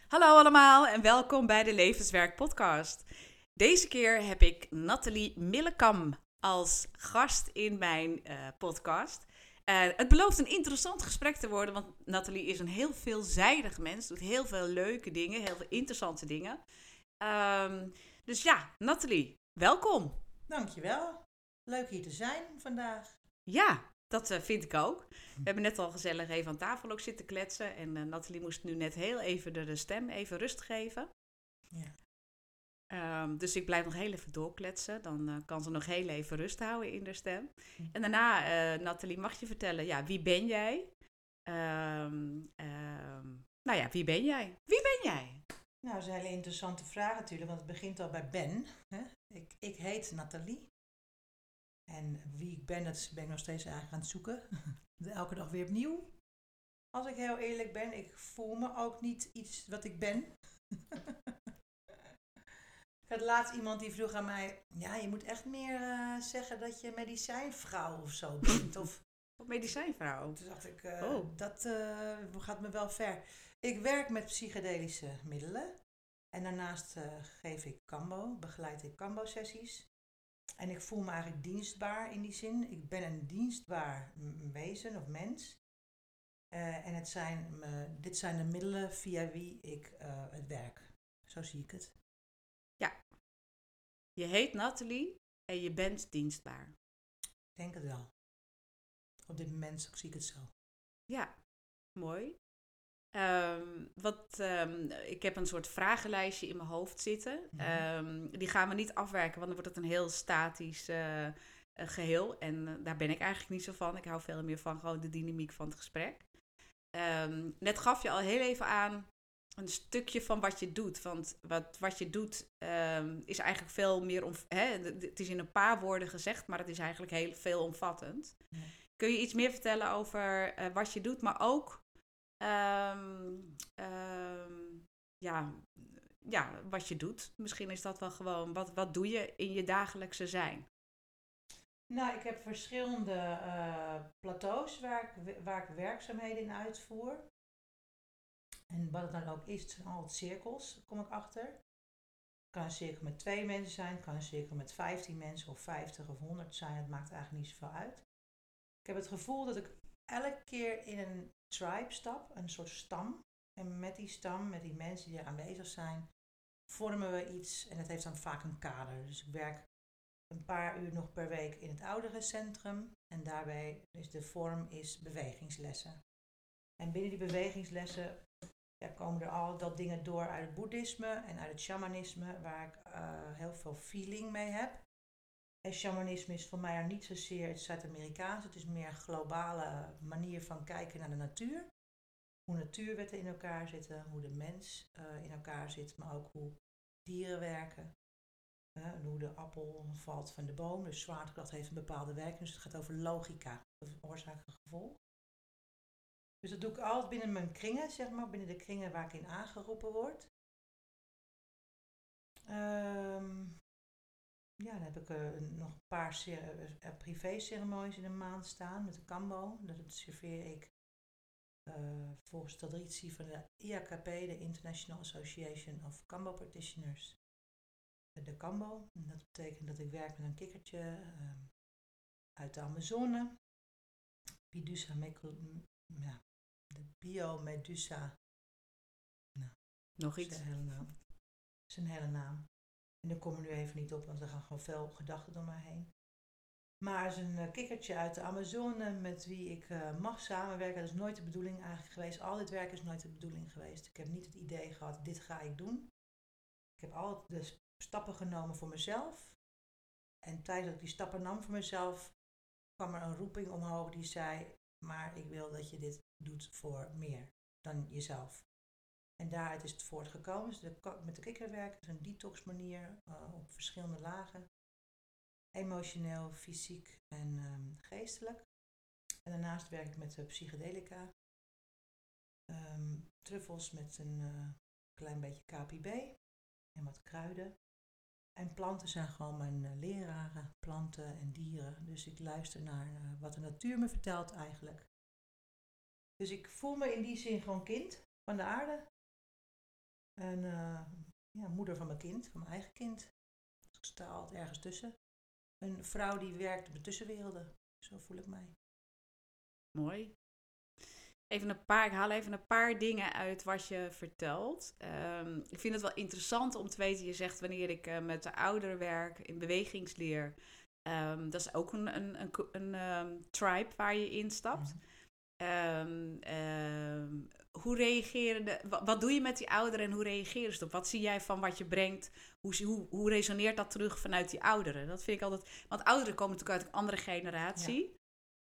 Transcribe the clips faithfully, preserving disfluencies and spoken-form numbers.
Hallo allemaal en welkom bij de Levenswerk podcast. Deze keer heb ik Nathalie Millekam als gast in mijn uh, podcast. Uh, het belooft een interessant gesprek te worden, want Nathalie is een heel veelzijdig mens, doet heel veel leuke dingen, heel veel interessante dingen. Um, dus ja, Nathalie, welkom. Dankjewel. Leuk hier te zijn vandaag. Ja, dat uh, vind ik ook. We hebben net al gezellig even aan tafel ook zitten kletsen. En uh, Nathalie moest nu net heel even de, de stem even rust geven. Ja. Um, dus ik blijf nog heel even doorkletsen. Dan uh, kan ze nog heel even rust houden in de stem. En daarna, uh, Nathalie, mag je vertellen, ja, wie ben jij? Um, um, nou ja, wie ben jij? Wie ben jij? Nou, dat is een hele interessante vraag natuurlijk, want het begint al bij Ben. Hè? Ik, ik heet Nathalie. En wie ik ben, dat ben ik nog steeds eigenlijk aan het zoeken. Elke dag weer opnieuw. Als ik heel eerlijk ben, ik voel me ook niet iets wat ik ben. Ik had laatst iemand die vroeg aan mij, ja, je moet echt meer uh, zeggen dat je medicijnvrouw of zo bent. Of medicijnvrouw? Toen dacht ik, uh, oh. dat uh, gaat me wel ver. Ik werk met psychedelische middelen. En daarnaast uh, geef ik kambo, begeleid ik kambo-sessies. En ik voel me eigenlijk dienstbaar in die zin. Ik ben een dienstbaar wezen of mens. Uh, en het zijn me, dit zijn de middelen via wie ik uh, het werk. Zo zie ik het. Ja. Je heet Nathalie en je bent dienstbaar. Ik denk het wel. Op dit moment zie ik het zo. Ja, mooi. Um, wat, um, ik heb een soort vragenlijstje in mijn hoofd zitten. Mm-hmm. Um, die gaan we niet afwerken, want dan wordt het een heel statisch uh, uh, geheel. En uh, daar ben ik eigenlijk niet zo van. Ik hou veel meer van gewoon de dynamiek van het gesprek. Um, net gaf je al heel even aan een stukje van wat je doet. Want wat, wat je doet um, is eigenlijk veel meer... Om, hè, het is in een paar woorden gezegd, maar het is eigenlijk heel veelomvattend. Ja. Kun je iets meer vertellen over uh, wat je doet, maar ook... Um, um, ja, ja, wat je doet. Misschien is dat wel gewoon, wat, wat doe je in je dagelijkse zijn? Nou, ik heb verschillende uh, plateaus waar ik, waar ik werkzaamheden in uitvoer. En wat het dan ook is, het zijn altijd cirkels, kom ik achter. Het kan een cirkel met twee mensen zijn, het kan een cirkel met vijftien mensen of vijftig of honderd zijn. Het maakt eigenlijk niet zoveel uit. Ik heb het gevoel dat ik elke keer in een tribe stap, een soort stam. En met die stam, met die mensen die er aanwezig zijn, vormen we iets en het heeft dan vaak een kader. Dus ik werk een paar uur nog per week in het ouderencentrum en daarbij is de vorm is bewegingslessen. En binnen die bewegingslessen ja, komen er al dat dingen door uit het boeddhisme en uit het shamanisme, waar ik uh, heel veel feeling mee heb. En shamanisme is voor mij niet zozeer het Zuid-Amerikaans, het is meer een globale manier van kijken naar de natuur. Hoe natuurwetten in elkaar zitten, hoe de mens uh, in elkaar zit, maar ook hoe dieren werken. Uh, hoe de appel valt van de boom, dus zwaartekracht heeft een bepaalde werking. Dus het gaat over logica, oorzaak en gevolg. Dus dat doe ik altijd binnen mijn kringen, zeg maar, binnen de kringen waar ik in aangeroepen word. Um, ja, dan heb ik uh, nog een paar cer- uh, privé-ceremonies in een maand staan met de kambo. Dat serveer ik uh, volgens de traditie van de I A K P, de International Association of Kambo Practitioners. De kambo. En dat betekent dat ik werk met een kikkertje uh, uit de Amazone. Pidusa Mecul... Ja, de Biomedusa. Nou, Nog iets? Dat is een hele naam. Dat is een hele naam. En daar kom ik nu even niet op, want er gaan gewoon veel gedachten door mij heen. Maar het is een uh, kikkertje uit de Amazone met wie ik uh, mag samenwerken. Dat is nooit de bedoeling eigenlijk geweest. Al dit werk is nooit de bedoeling geweest. Ik heb niet het idee gehad, dit ga ik doen. Ik heb altijd de stappen genomen voor mezelf. En tijdens dat ik die stappen nam voor mezelf, kwam er een roeping omhoog die zei, maar ik wil dat je dit doet voor meer dan jezelf. En daaruit is het voortgekomen. Dus de, met de kikker werken is een detox manier uh, op verschillende lagen. Emotioneel, fysiek en um, geestelijk. En daarnaast werk ik met uh, psychedelica. Um, truffels met een uh, klein beetje K P B en wat kruiden. En planten zijn gewoon mijn uh, leraren, planten en dieren. Dus ik luister naar uh, wat de natuur me vertelt eigenlijk. Dus ik voel me in die zin gewoon kind van de aarde. En uh, ja, moeder van mijn kind, van mijn eigen kind. Dus ik sta altijd ergens tussen. Een vrouw die werkt op de tussenwerelden. Zo voel ik mij. Mooi. Even een paar, ik haal even een paar dingen uit wat je vertelt. Um, ik vind het wel interessant om te weten. Je zegt wanneer ik uh, met de ouderen werk in bewegingsleer. Um, dat is ook een, een, een, een um, tribe waar je instapt. Mm-hmm. Um, um, hoe reageren de, wat, wat doe je met die ouderen en hoe reageren ze erop? Wat zie jij van wat je brengt? Hoe, hoe, hoe resoneert dat terug vanuit die ouderen? Dat vind ik altijd. Want ouderen komen natuurlijk uit een andere generatie. Ja.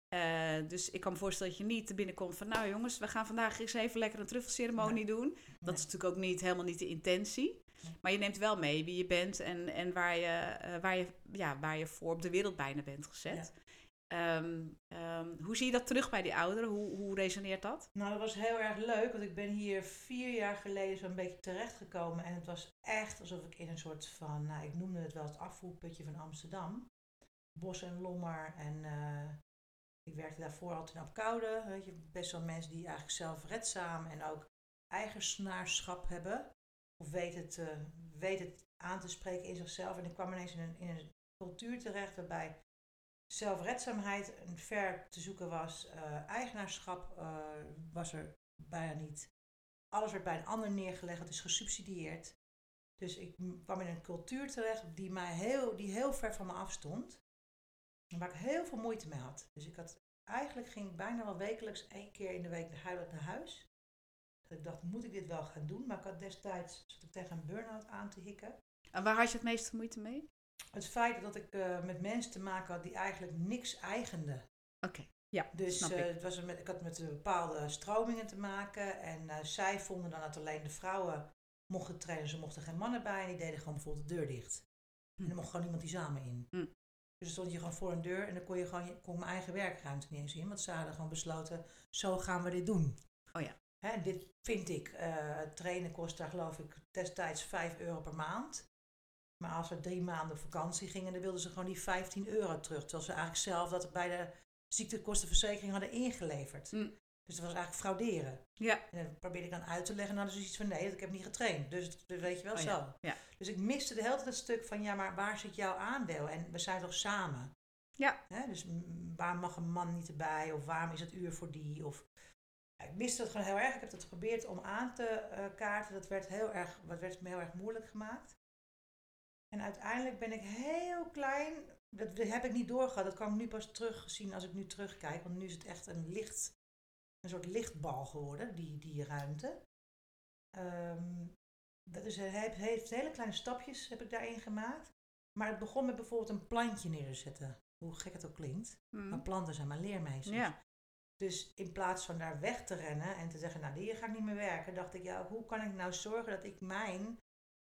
Uh, dus ik kan me voorstellen dat je niet binnenkomt van... nou jongens, we gaan vandaag eens even lekker een truffelceremonie nee. doen. Dat nee. is natuurlijk ook niet helemaal niet de intentie. Nee. Maar je neemt wel mee wie je bent en, en waar, je, uh, waar, je, ja, waar je voor op de wereld bijna bent gezet. Ja. Um, um, hoe zie je dat terug bij die ouderen? Hoe, hoe resoneert dat? Nou, dat was heel erg leuk, want ik ben hier vier jaar geleden zo'n beetje terechtgekomen. En het was echt alsof ik in een soort van... nou, ik noemde het wel het afvoerputje van Amsterdam. Bos en lommer en... Uh, Ik werkte daarvoor altijd in Apkoude, weet je, best wel mensen die eigenlijk zelfredzaam en ook eigenaarschap hebben. Of weten het, uh, weet het aan te spreken in zichzelf. En ik kwam ineens in een, in een cultuur terecht waarbij zelfredzaamheid ver te zoeken was. Uh, eigenaarschap uh, was er bijna niet. Alles werd bij een ander neergelegd, het is gesubsidieerd. Dus ik kwam in een cultuur terecht die, mij heel, die heel ver van me afstond. Waar ik heel veel moeite mee had. Dus ik had, eigenlijk ging ik bijna wel wekelijks één keer in de week huilend naar huis. Dat ik dacht, moet ik dit wel gaan doen? Maar ik had destijds, zat ik tegen een burn-out aan te hikken. En waar had je het meeste moeite mee? Het feit dat ik uh, met mensen te maken had die eigenlijk niks eigenden. Oké, okay. Ja, dus snap uh, ik. Het was met, ik had met bepaalde stromingen te maken. En uh, zij vonden dan dat alleen de vrouwen mochten trainen. Ze mochten geen mannen bij. En die deden gewoon bijvoorbeeld de deur dicht. Hm. En er mocht gewoon niemand die samen in. Hm. Dus dan stond je gewoon voor een deur en dan kon je gewoon je, kon mijn eigen werkruimte niet eens in. Want ze hadden gewoon besloten, zo gaan we dit doen. Oh ja. Hè, dit vind ik, uh, trainen kost daar geloof ik destijds vijf euro per maand. Maar als we drie maanden op vakantie gingen, dan wilden ze gewoon die vijftien euro terug. Terwijl ze eigenlijk zelf dat bij de ziektekostenverzekering hadden ingeleverd. Mm. Dus dat was eigenlijk frauderen. Ja. En dat probeerde ik dan uit te leggen. Nou, dan is iets van nee, ik heb niet getraind. Dus dat weet je wel oh, zo. Ja. Ja. Dus ik miste de hele tijd het stuk van ja, maar waar zit jouw aandeel? En we zijn toch samen? Ja. Hè? Dus waar mag een man niet erbij? Of waarom is het uur voor die? Of ja, ik miste dat gewoon heel erg. Ik heb dat geprobeerd om aan te uh, kaarten. Dat werd, heel erg, dat werd me heel erg moeilijk gemaakt. En uiteindelijk ben ik heel klein. Dat heb ik niet doorgehad. Dat kan ik nu pas terugzien als ik nu terugkijk. Want nu is het echt een licht. Een soort lichtbal geworden, die, die ruimte. Um, dat is, hij heeft hele kleine stapjes heb ik daarin gemaakt. Maar het begon met bijvoorbeeld een plantje neer te zetten. Hoe gek het ook klinkt. Mm. Maar planten zijn maar leermeesters. Ja. Dus in plaats van daar weg te rennen en te zeggen, nou hier ga ik niet meer werken. Dacht ik, ja, hoe kan ik nou zorgen dat ik mijn,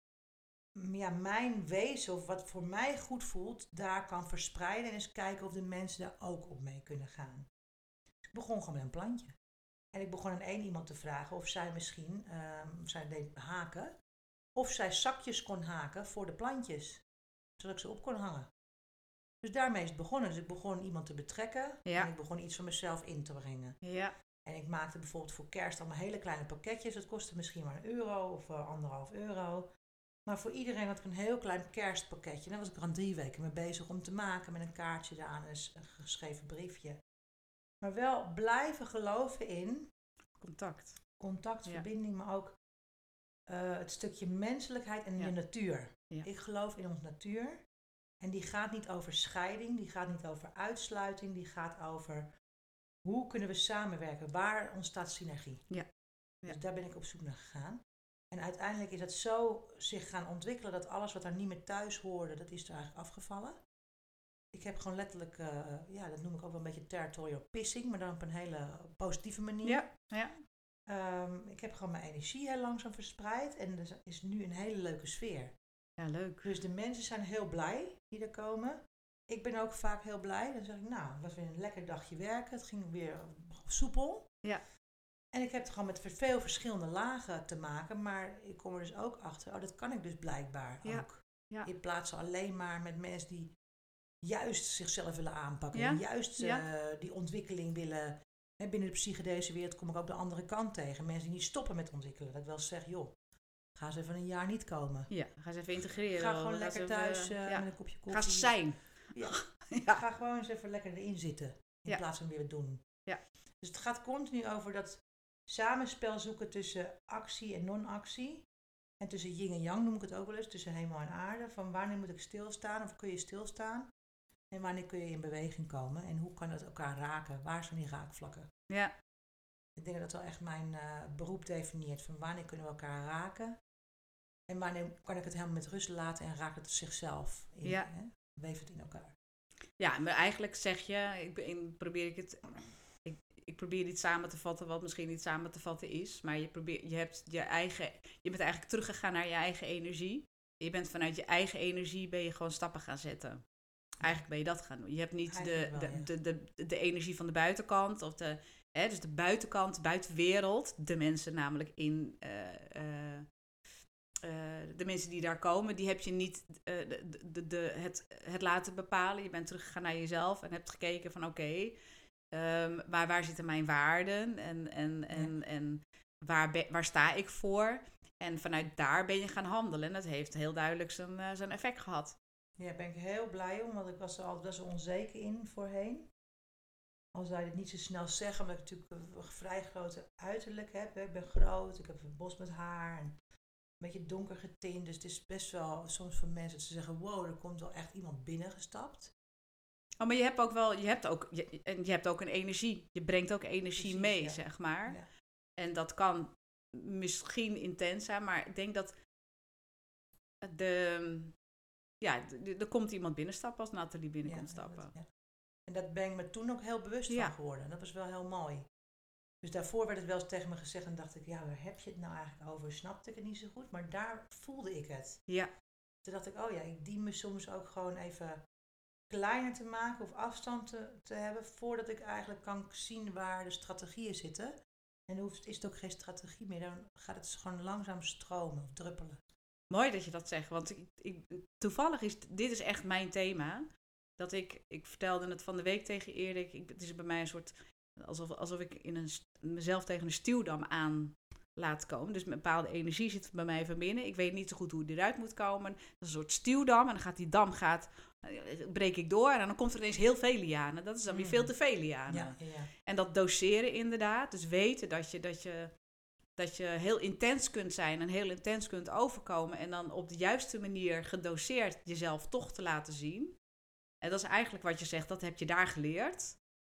ja, mijn wezen of wat voor mij goed voelt, daar kan verspreiden. En eens kijken of de mensen daar ook op mee kunnen gaan. Dus ik begon gewoon met een plantje. En ik begon aan één iemand te vragen of zij misschien, um, zij deed haken, of zij zakjes kon haken voor de plantjes. Zodat ik ze op kon hangen. Dus daarmee is het begonnen. Dus ik begon iemand te betrekken ja. en ik begon iets van mezelf in te brengen. Ja. En ik maakte bijvoorbeeld voor kerst allemaal hele kleine pakketjes. Dat kostte misschien maar een euro of uh, anderhalf euro. Maar voor iedereen had ik een heel klein kerstpakketje. En daar was ik er aan drie weken mee bezig om te maken met een kaartje eraan en een geschreven briefje. Maar wel blijven geloven in contact, contact, ja. verbinding, maar ook uh, het stukje menselijkheid en ja. de natuur. Ja. Ik geloof in onze natuur en die gaat niet over scheiding, die gaat niet over uitsluiting, die gaat over hoe kunnen we samenwerken, waar ontstaat synergie. Ja. Ja. Dus daar ben ik op zoek naar gegaan. En uiteindelijk is het zo zich gaan ontwikkelen dat alles wat daar niet meer thuis hoorde, dat is er eigenlijk afgevallen. Ik heb gewoon letterlijk, uh, ja, dat noem ik ook wel een beetje territorial pissing, maar dan op een hele positieve manier. Ja, ja. Um, ik heb gewoon mijn energie heel langzaam verspreid en er is nu een hele leuke sfeer. Ja, leuk. Dus de mensen zijn heel blij die er komen. Ik ben ook vaak heel blij. Dan zeg ik, nou, het was weer een lekker dagje werken. Het ging weer soepel. Ja. En ik heb het gewoon met veel verschillende lagen te maken, maar ik kom er dus ook achter, oh, dat kan ik dus blijkbaar ja. ook. Ja. In plaats van alleen maar met mensen die juist zichzelf willen aanpakken. Ja. En juist uh, ja. die ontwikkeling willen. Hè, binnen de psychedelische wereld kom ik ook de andere kant tegen. Mensen die niet stoppen met ontwikkelen. Dat ik wel zeg, joh, Ga eens even een jaar niet komen. Ja, ga eens even integreren. Ga gewoon Ga lekker eens even, thuis uh, ja. met een kopje koffie. Ga eens zijn. Ja. Ja. Ga gewoon eens even lekker erin zitten. In Ja. plaats van weer doen. Ja. Dus het gaat continu over dat samenspel zoeken tussen actie en non-actie. En tussen yin en yang noem ik het ook wel eens. Tussen hemel en aarde. Van wanneer moet ik stilstaan of kun je stilstaan? En wanneer kun je in beweging komen? En hoe kan dat elkaar raken? Waar zijn die raakvlakken? Ja. Ik denk dat dat wel echt mijn uh, beroep definieert. Van wanneer kunnen we elkaar raken? En wanneer kan ik het helemaal met rust laten en raakt het zichzelf? In, Ja. Hè? Weef het in elkaar. Ja, maar eigenlijk zeg je, ik, ik probeer ik het, ik, ik probeer niet samen te vatten wat misschien niet samen te vatten is, maar je probeert, je hebt je eigen, je bent eigenlijk teruggegaan naar je eigen energie. Je bent vanuit je eigen energie ben je gewoon stappen gaan zetten. Eigenlijk ben je dat gaan doen. Je hebt niet de, wel, de, ja. de, de, de, de energie van de buitenkant of de, hè, dus de buitenkant, de buitenwereld, de mensen namelijk in. Uh, uh, Uh, de mensen die daar komen, die heb je niet uh, de, de, de, het, het laten bepalen. Je bent teruggegaan naar jezelf en hebt gekeken van oké, okay, um, waar, waar zitten mijn waarden en, en, en, ja. en waar, be, waar sta ik voor? En vanuit daar ben je gaan handelen. En dat heeft heel duidelijk zijn, uh, zijn effect gehad. Ja, daar ben ik heel blij om, want ik was er altijd best wel onzeker in voorheen. Al zou je het niet zo snel zeggen, omdat ik natuurlijk een vrij grote uiterlijk heb. Hè. Ik ben groot, ik heb een bos met haar en een beetje donker getint, dus het is best wel soms voor mensen dat ze zeggen, wow, er komt wel echt iemand binnengestapt. Oh, maar je hebt ook wel, je hebt ook, je, en je hebt ook een energie. Je brengt ook energie Precies, mee, ja. zeg maar. Ja. En dat kan misschien intens zijn, maar ik denk dat de, ja, er komt iemand binnenstappen als Nathalie binnenkomt ja, stappen. Dat, ja. En dat ben ik me toen ook heel bewust ja. van geworden. En dat was wel heel mooi. Dus daarvoor werd het wel eens tegen me gezegd en dacht ik, ja, waar heb je het nou eigenlijk over? Snapte ik het niet zo goed, maar daar voelde ik het. Ja. Toen dacht ik, oh ja, ik dien me soms ook gewoon even kleiner te maken of afstand te, te hebben, voordat ik eigenlijk kan zien waar de strategieën zitten. En dan hoeft, is het ook geen strategie meer, dan gaat het gewoon langzaam stromen of druppelen. Mooi dat je dat zegt, want ik, ik, toevallig is, dit is echt mijn thema. Dat ik, ik vertelde het van de week tegen Erik, ik, het is bij mij een soort... Alsof, alsof ik in een, mezelf tegen een stuwdam aan laat komen. Dus een bepaalde energie zit bij mij van binnen. Ik weet niet zo goed hoe die eruit moet komen. Dat is een soort stuwdam. En dan gaat die dam, gaat, breek ik door. En dan komt er ineens heel veel lianen. Dat is dan weer veel te veel lianen. Ja, ja, ja. En dat doseren inderdaad. Dus weten dat je, dat, je, dat je heel intens kunt zijn. En heel intens kunt overkomen. En dan op de juiste manier gedoseerd jezelf toch te laten zien. En dat is eigenlijk wat je zegt. Dat heb je daar geleerd.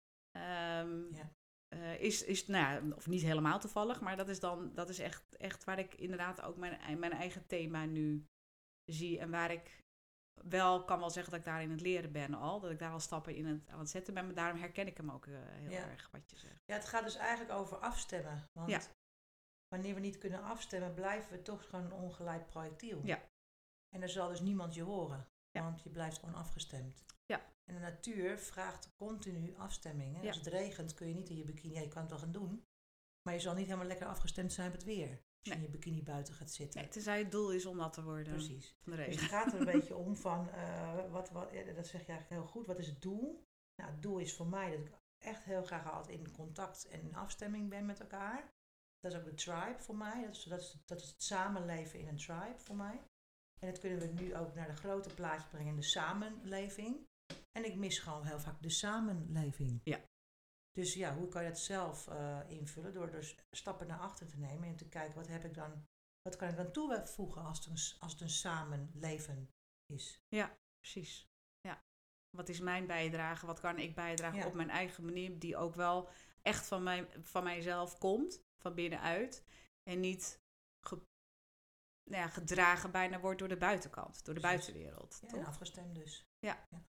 Um, ja. uh, is, is, nou ja, of niet helemaal toevallig, maar dat is dan, dat is echt, echt waar ik inderdaad ook mijn, mijn eigen thema nu zie en waar ik wel kan wel zeggen dat ik daar in het leren ben al, dat ik daar al stappen in het, aan het zetten ben, maar daarom herken ik hem ook uh, heel ja. erg wat je zegt. Ja, het gaat dus eigenlijk over afstemmen, want ja. wanneer we niet kunnen afstemmen, blijven we toch gewoon een ongeleid projectiel. Ja. En er zal dus niemand je horen, ja. want je blijft gewoon afgestemd. Ja. En de natuur vraagt continu afstemming. Hè? Ja. Als het regent kun je niet in je bikini, ja, je kan het wel gaan doen, maar je zal niet helemaal lekker afgestemd zijn met het weer. Als nee. je in je bikini buiten gaat zitten. Nee, tenzij het doel is om nat te worden. Precies. Van de regen. Dus het gaat er een beetje om van, uh, wat, wat, dat zeg je eigenlijk heel goed, wat is het doel? Nou, het doel is voor mij dat ik echt heel graag altijd in contact en in afstemming ben met elkaar. Dat is ook de tribe voor mij, dat is, dat is, dat is het samenleven in een tribe voor mij. En dat kunnen we nu ook naar de grote plaatje brengen, de samenleving. En ik mis gewoon heel vaak de samenleving. Ja. Dus ja, hoe kan je dat zelf uh, invullen? Door dus stappen naar achter te nemen en te kijken, wat heb ik dan, wat kan ik dan toevoegen als het een, als het een samenleven is? Ja, precies. Ja. Wat is mijn bijdrage? Wat kan ik bijdragen ja. op mijn eigen manier, die ook wel echt van, mij, van mijzelf komt, van binnenuit. En niet ge, nou ja, gedragen bijna wordt door de buitenkant, door de precies. buitenwereld. Ja, toch? en afgestemd dus. Ja. ja.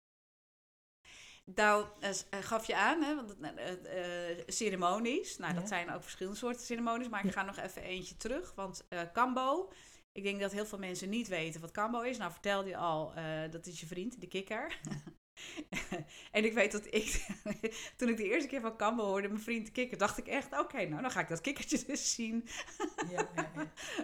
Nou, uh, gaf je aan, hè, want uh, uh, ceremonies. Nou, ja. dat zijn ook verschillende soorten ceremonies. Maar ik ja. ga nog even eentje terug. Want uh, Kambo, ik denk dat heel veel mensen niet weten wat Kambo is. Nou, vertelde je al, uh, dat is je vriend, de kikker. Ja. En ik weet dat ik, toen ik de eerste keer van Kambo hoorde, mijn vriend de kikker, dacht ik echt, oké, okay, nou dan ga ik dat kikkertje dus zien. Ja, ja, ja.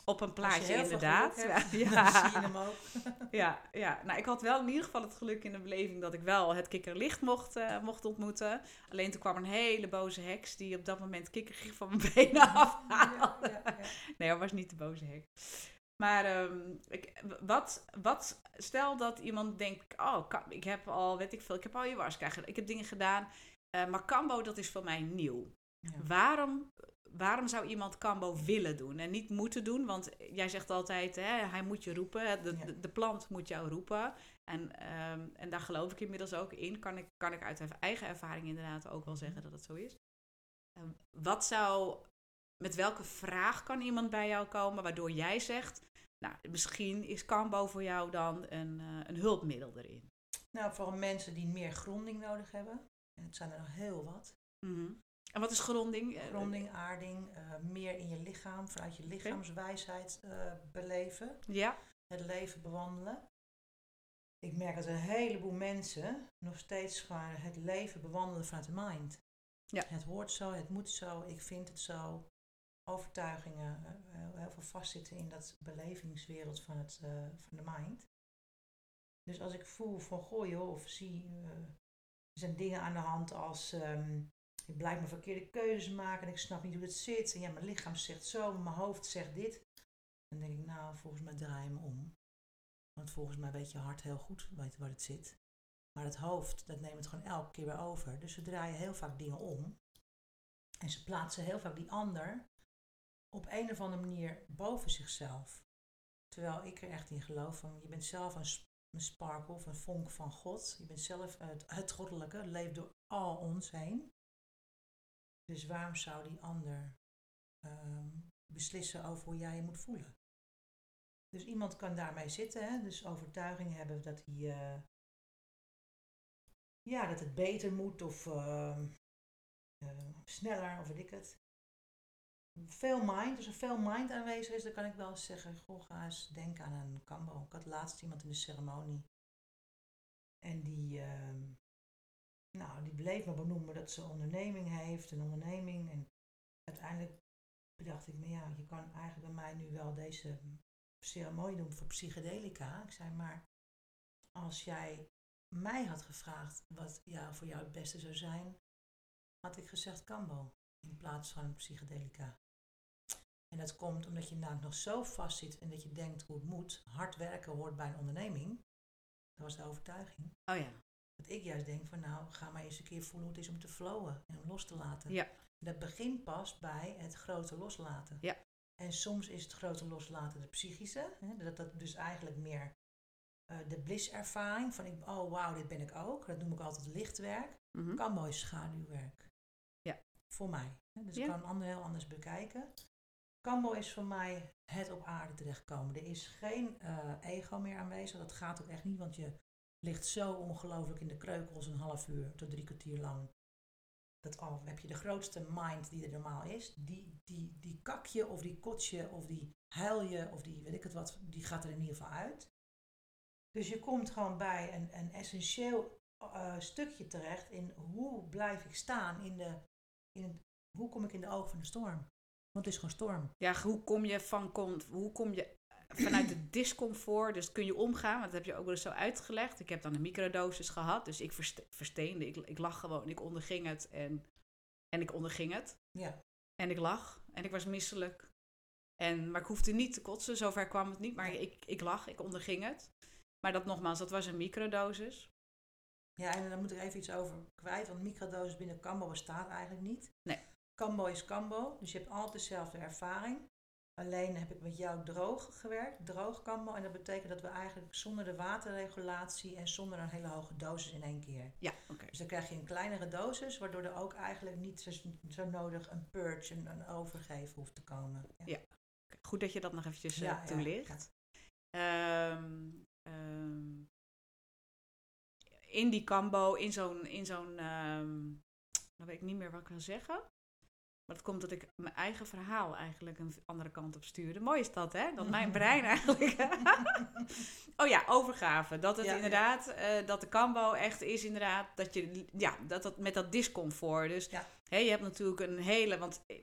Op een Als je plaatje heel veel inderdaad. geluk hebt, Ja. dan zie je hem ook. Ja, ja, nou ik had wel in ieder geval het geluk in de beleving dat ik wel het kikkerlicht mocht, uh, mocht ontmoeten. Alleen toen kwam een hele boze heks die op dat moment kikkergif van mijn benen afhaalde. Ja, ja, ja. Nee, dat was niet de boze heks. Maar um, ik, wat, wat, stel dat iemand denkt, oh, ik heb al, weet ik veel, ik heb al ayahuasca gedaan, ik heb dingen gedaan, uh, maar Kambo, dat is voor mij nieuw. Ja. Waarom, waarom zou iemand Kambo willen doen en niet moeten doen? Want jij zegt altijd, hè, hij moet je roepen, de, ja. de, de plant moet jou roepen. En, um, en daar geloof ik inmiddels ook in, kan ik, kan ik uit eigen ervaring inderdaad ook wel zeggen dat het zo is. Um, wat zou... Met welke vraag kan iemand bij jou komen waardoor jij zegt, nou, misschien is Kambo voor jou dan een, uh, een hulpmiddel erin? Nou, vooral mensen die meer gronding nodig hebben. En het zijn er nog heel wat. Mm-hmm. En wat is gronding? Gronding, aarding, uh, meer in je lichaam, vanuit je lichaamswijsheid uh, beleven. Ja. Het leven bewandelen. Ik merk dat een heleboel mensen nog steeds gewoon het leven bewandelen vanuit de mind. Ja. Het hoort zo, het moet zo, ik vind het zo. Overtuigingen, uh, heel veel vastzitten in dat belevingswereld van, het, uh, van de mind. Dus als ik voel van, goh joh, of zie, uh, er zijn dingen aan de hand als, um, ik blijf mijn verkeerde keuzes maken en ik snap niet hoe het zit. En ja, mijn lichaam zegt zo, mijn hoofd zegt dit. Dan denk ik, nou, volgens mij draai je me om. Want volgens mij weet je hart heel goed weet waar het zit. Maar het hoofd, dat neemt het gewoon elke keer weer over. Dus ze draaien heel vaak dingen om. En ze plaatsen heel vaak die ander op een of andere manier boven zichzelf. Terwijl ik er echt in geloof van, je bent zelf een, sp- een sparkle of een vonk van God. Je bent zelf het, het goddelijke, het leeft door al ons heen. Dus waarom zou die ander um, beslissen over hoe jij je moet voelen? Dus iemand kan daarmee zitten, hè? Dus overtuiging hebben dat hij, uh, ja, dat het beter moet of uh, uh, sneller of weet ik het. Veel mind, als er veel mind aanwezig is, dan kan ik wel eens zeggen, goh, ga eens denken aan een Kambo. Ik had laatst iemand in de ceremonie. En die, uh, nou, die bleef me benoemen dat ze een onderneming heeft, een onderneming. En uiteindelijk bedacht ik me, ja, je kan eigenlijk bij mij nu wel deze ceremonie doen voor psychedelica. Ik zei, maar als jij mij had gevraagd wat ja, voor jou het beste zou zijn, had ik gezegd Kambo in plaats van psychedelica. En dat komt omdat je namelijk nog zo vast zit en dat je denkt hoe het moet. Hard werken hoort bij een onderneming. Dat was de overtuiging. Oh ja. Dat ik juist denk van nou, ga maar eens een keer voelen hoe het is om te flowen en om los te laten. Ja. Dat begint pas bij het grote loslaten. Ja. En soms is het grote loslaten de psychische. Hè, dat dat dus eigenlijk meer uh, de blisservaring van ik, oh wauw, dit ben ik ook. Dat noem ik altijd lichtwerk. Mm-hmm. Kan mooi schaduwwerk. Ja. Voor mij. Hè, dus ja. ik kan een ander heel anders bekijken. Kambo is voor mij het op aarde terechtkomen. Er is geen uh, ego meer aanwezig. Dat gaat ook echt niet, want je ligt zo ongelooflijk in de kreukels een half uur tot drie kwartier lang. Dat al heb je de grootste mind die er normaal is. Die, die, die kak je of die kot je of die huil je of die weet ik het wat, die gaat er in ieder geval uit. Dus je komt gewoon bij een, een essentieel uh, stukje terecht in hoe blijf ik staan in de, in het, hoe kom ik in de ogen van de storm. Want het is gewoon storm. Ja, hoe kom je van hoe kom je vanuit de discomfort, dus kun je omgaan, want dat heb je ook wel eens zo uitgelegd. Ik heb dan een microdosis gehad, dus ik verste- versteende, ik, ik lag gewoon, ik onderging het en, en ik onderging het. Ja. En ik lag en ik was misselijk. En, maar ik hoefde niet te kotsen, zover kwam het niet, maar ik, ik lag, ik onderging het. Maar dat nogmaals, dat was een microdosis. Ja, en dan moet ik even iets over kwijt, want microdosis binnen Kambo bestaat eigenlijk niet. Nee. Kambo is Kambo, dus je hebt altijd dezelfde ervaring. Alleen heb ik met jou droog gewerkt, droog Kambo. En dat betekent dat we eigenlijk zonder de waterregulatie en zonder een hele hoge dosis in één keer. Ja, oké. Okay. Dus dan krijg je een kleinere dosis, waardoor er ook eigenlijk niet zo, zo nodig een purge, een, een overgeven hoeft te komen. Ja, ja. Goed dat je dat nog eventjes ja, uh, toelicht. Ja, ja. Um, um, in die Kambo, in zo'n, in zo'n um, dan weet ik niet meer wat ik wil zeggen. Maar dat komt dat ik mijn eigen verhaal eigenlijk een andere kant op stuurde. Mooi is dat, hè? Dat mijn brein eigenlijk... oh ja, overgave. Dat het ja, inderdaad, ja. Uh, dat de Kambo echt is inderdaad, dat je, ja, dat dat met dat discomfort. Dus ja. Hè, je hebt natuurlijk een hele, want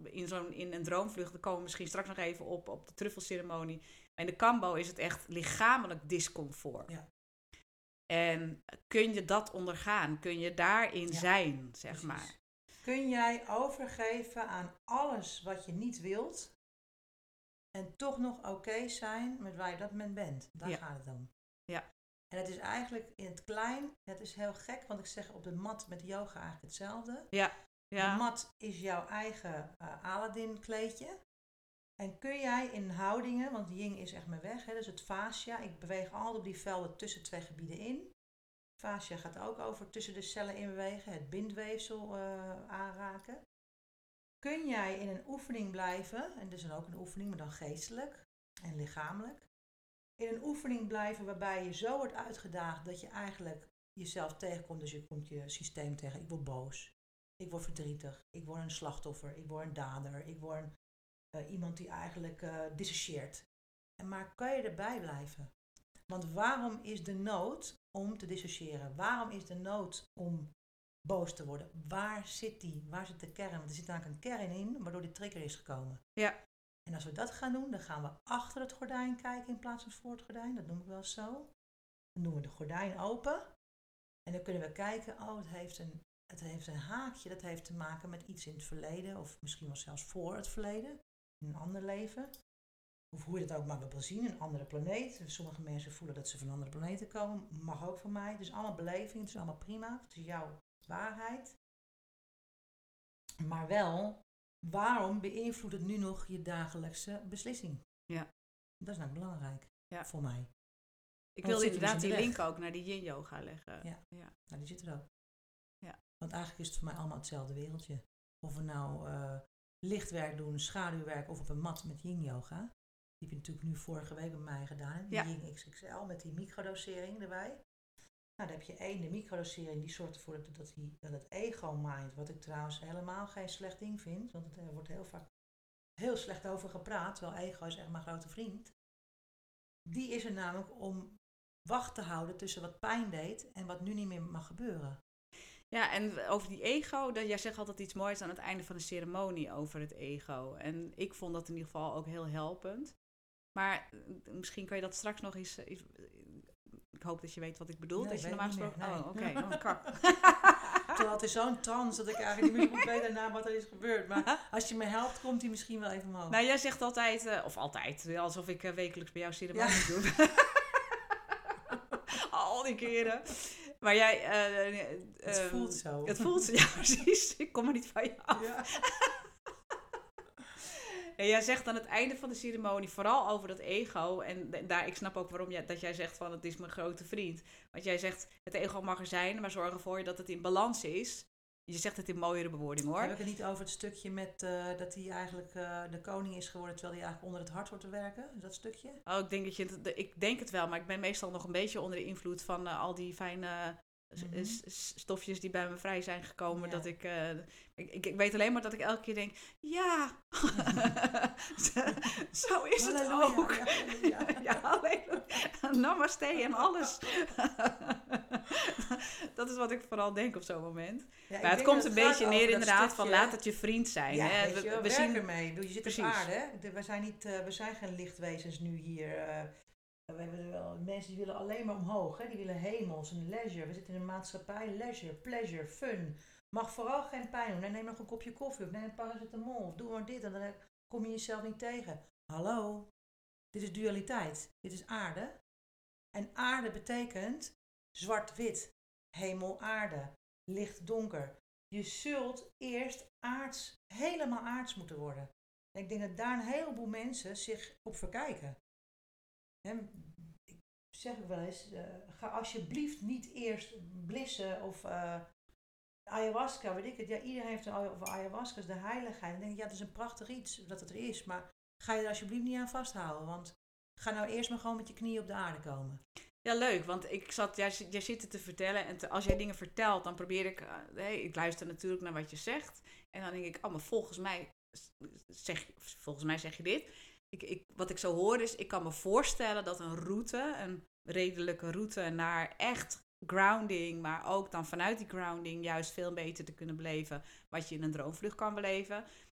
in, zo'n, in een droomvlucht, daar komen we misschien straks nog even op, op de truffelceremonie. In de Kambo is het echt lichamelijk discomfort. Ja. En kun je dat ondergaan? Kun je daarin Ja, zijn, zeg precies. maar? Kun jij overgeven aan alles wat je niet wilt en toch nog oké okay zijn met waar je dat moment bent? Daar Ja. gaat het om. Ja. En het is eigenlijk in het klein, het is heel gek, want ik zeg op de mat met yoga eigenlijk hetzelfde. Ja. Ja. De mat is jouw eigen uh, Aladdin kleedje. En kun jij in houdingen, want yin is echt mijn weg, hè, dus het fascia, ik beweeg altijd op die velden tussen twee gebieden in. Fascia gaat ook over tussen de cellen in bewegen, het bindweefsel uh, aanraken. Kun jij in een oefening blijven, en dus dan ook een oefening, maar dan geestelijk en lichamelijk. In een oefening blijven waarbij je zo wordt uitgedaagd dat je eigenlijk jezelf tegenkomt. Dus je komt je systeem tegen. Ik word boos, ik word verdrietig, ik word een slachtoffer, ik word een dader, ik word een, uh, iemand die eigenlijk uh, dissocieert. En maar kan je erbij blijven? Want waarom is de nood om te dissociëren? Waarom is de nood om boos te worden? Waar zit die? Waar zit de kern? Want er zit eigenlijk een kern in waardoor die trigger is gekomen. Ja. En als we dat gaan doen, dan gaan we achter het gordijn kijken in plaats van voor het gordijn. Dat noem ik wel zo. Dan doen we de gordijn open. En dan kunnen we kijken, oh, het heeft een, het heeft een haakje. Dat heeft te maken met iets in het verleden. Of misschien wel zelfs voor het verleden. In een ander leven. Of hoe je dat ook maar wil zien, een andere planeet. Sommige mensen voelen dat ze van andere planeten komen. Mag ook van mij. Het is allemaal beleving. Het is allemaal prima. Het is jouw waarheid. Maar wel, waarom beïnvloedt het nu nog je dagelijkse beslissing? Ja. Dat is nou belangrijk. Ja. Voor mij. Ik Want wilde zit inderdaad dus in die de link weg. ook naar die yin yoga leggen. Ja. Ja. Nou, die zit er ook. Ja. Want eigenlijk is het voor mij allemaal hetzelfde wereldje. Of we nou uh, lichtwerk doen, schaduwwerk of op een mat met yin yoga. Die heb je natuurlijk nu vorige week bij mij gedaan. Die Ja. yin X X L met die microdosering erbij. Nou, dan heb je één, de microdosering, die zorgt ervoor dat, dat, die, dat het ego-mind, wat ik trouwens helemaal geen slecht ding vind, want er wordt heel vaak heel slecht over gepraat, terwijl ego is echt mijn grote vriend. Die is er namelijk om wacht te houden tussen wat pijn deed en wat nu niet meer mag gebeuren. Ja, en over die ego, dat, jij zegt altijd iets moois aan het einde van de ceremonie over het ego. En ik vond dat in ieder geval ook heel helpend. Maar misschien kan je dat straks nog eens... eens ik hoop dat je weet wat ik bedoel. Nee, dat je weet normaal niet gesproken... meer, Oh, nee. oké. Okay. Oh, kak. Terwijl het is zo'n trance dat ik eigenlijk niet meer goed weet daarna wat er is gebeurd. Maar als je me helpt, komt hij misschien wel even omhoog. Nou, jij zegt altijd, uh, of altijd, alsof ik uh, wekelijks bij jou ceremonie ja. doe. Al die keren. Maar jij... Uh, uh, het voelt zo. Het voelt zo, ja precies. Ik kom er niet van je af. Ja. Ja, jij zegt aan het einde van de ceremonie vooral over dat ego. En daar, ik snap ook waarom jij, dat jij zegt van het is mijn grote vriend. Want jij zegt het ego mag er zijn, maar zorg ervoor dat het in balans is. Je zegt het in mooiere bewoording hoor. Heb ik het niet over het stukje met uh, dat hij eigenlijk uh, de koning is geworden terwijl hij eigenlijk onder het hart wordt te werken? Dat stukje? Oh, ik denk, dat je het, ik denk het wel, maar ik ben meestal nog een beetje onder de invloed van uh, al die fijne... Mm-hmm. stofjes die bij me vrij zijn gekomen. Ja. Dat ik, uh, ik, ik... Ik weet alleen maar dat ik elke keer denk... Ja! Zo is halleluja, het ook. Ja, ja halleluja. Namaste en alles. Dat is wat ik vooral denk op zo'n moment. Ja, maar het komt een beetje neer inderdaad van laat het je vriend zijn. Ja, hè. we, we, we zien ermee. Je zit precies. op aarde. Hè? We zijn niet, uh, we zijn geen lichtwezens nu hier... Uh, We hebben wel mensen die willen alleen maar omhoog, hè? Die willen hemels en leisure. We zitten in een maatschappij, leisure, pleasure, fun. Mag vooral geen pijn doen. Nee, neem nog een kopje koffie of neem een paracetamol of doe maar dit en dan kom je jezelf niet tegen. Hallo, dit is dualiteit, dit is aarde. En aarde betekent zwart-wit, hemel-aarde, licht-donker. Je zult eerst aards, helemaal aards moeten worden. En ik denk dat daar een heleboel mensen zich op verkijken. He, ik zeg ook wel eens, uh, ga alsjeblieft niet eerst blissen of uh, ayahuasca, weet ik het. Ja, iedereen heeft een over ayahuasca, is de heiligheid. Dan denk ik, ja, het is een prachtig iets dat het er is, maar ga je er alsjeblieft niet aan vasthouden, want ga nou eerst maar gewoon met je knieën op de aarde komen. Ja, leuk, want ik zat, jij, jij zit het te vertellen en te, als jij dingen vertelt, dan probeer ik, uh, hey, ik luister natuurlijk naar wat je zegt en dan denk ik, oh, maar volgens mij zeg, volgens mij zeg je dit. Ik, ik, wat ik zo hoor is, ik kan me voorstellen dat een route, een redelijke route naar echt grounding, maar ook dan vanuit die grounding juist veel beter te kunnen beleven wat je in een droomvlucht kan beleven.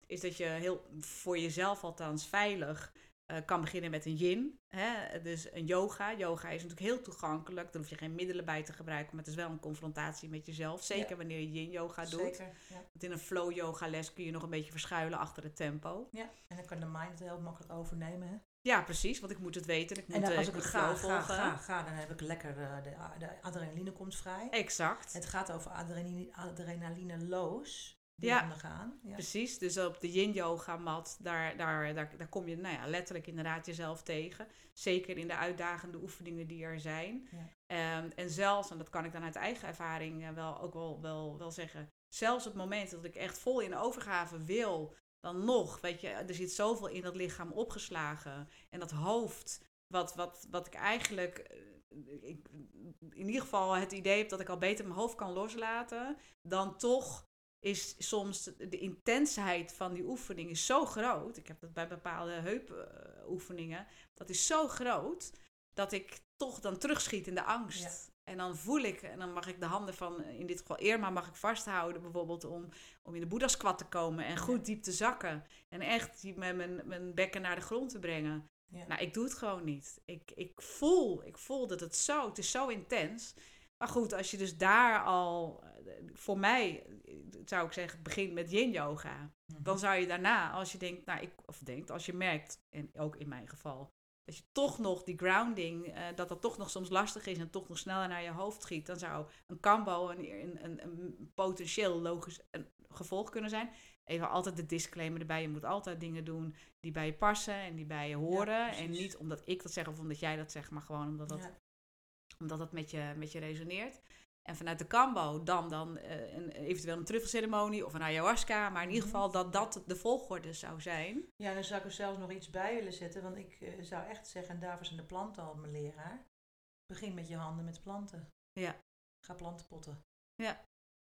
is dat je heel voor jezelf althans veilig uh, kan beginnen met een yin. Hè? Dus een yoga. Yoga is natuurlijk heel toegankelijk. Daar hoef je geen middelen bij te gebruiken. Maar het is wel een confrontatie met jezelf. Zeker ja. wanneer je yin yoga doet. Zeker, ja. Want in een flow yoga les kun je nog een beetje verschuilen achter het tempo. Ja, en dan kan de mind het heel makkelijk overnemen. Hè? Ja, precies. Want ik moet het weten. Ik moet, en dan, als ik ik moet ga, flow ga, volgen. ga, ga, dan heb ik lekker uh, de, de adrenaline komt vrij. Exact. Het gaat over adrenaline, adrenalineloos. Die ja, ondergaan. Ja, precies. Dus op de yin-yoga mat, daar, daar, daar, daar kom je nou ja, letterlijk inderdaad jezelf tegen. Zeker in de uitdagende oefeningen die er zijn. Ja. Um, en zelfs, en dat kan ik dan uit eigen ervaring uh, wel ook wel, wel, wel zeggen, zelfs op het moment dat ik echt vol in overgave wil, dan nog, weet je, er zit zoveel in dat lichaam opgeslagen. En dat hoofd, wat, wat, wat ik eigenlijk, uh, ik, in ieder geval het idee heb dat ik al beter mijn hoofd kan loslaten, dan toch is soms de intensheid van die oefening is zo groot. Ik heb dat bij bepaalde heupoefeningen. Dat is zo groot dat ik toch dan terugschiet in de angst. Ja. En dan voel ik, en dan mag ik de handen van, in dit geval Irma, mag ik vasthouden bijvoorbeeld om, om in de Boeddha squat te komen en goed diep te zakken. En echt met mijn, mijn bekken naar de grond te brengen. Ja. Nou, ik doe het gewoon niet. Ik, ik, voel, ik voel dat het zo, het is zo intens. Maar goed, als je dus daar al, voor mij zou ik zeggen, begint met yin yoga. Mm-hmm. Dan zou je daarna, als je denkt, nou, ik, of denkt, als je merkt, en ook in mijn geval, dat je toch nog die grounding, uh, dat dat toch nog soms lastig is en toch nog sneller naar je hoofd schiet, dan zou een kambo een, een, een, een potentieel logisch een gevolg kunnen zijn. Even altijd de disclaimer erbij, je moet altijd dingen doen die bij je passen en die bij je horen. Ja, en niet omdat ik dat zeg of omdat jij dat zegt, maar gewoon omdat dat... Ja. Omdat dat met je, met je resoneert. En vanuit de kambo dan, dan uh, een, eventueel een truffelceremonie of een ayahuasca. Maar in ieder geval dat dat de volgorde zou zijn. Ja, dan zou ik er zelfs nog iets bij willen zetten. Want ik uh, zou echt zeggen, en daarvoor zijn de planten al mijn leraar. Begin met je handen met planten. Ja. Ga planten potten. Ja.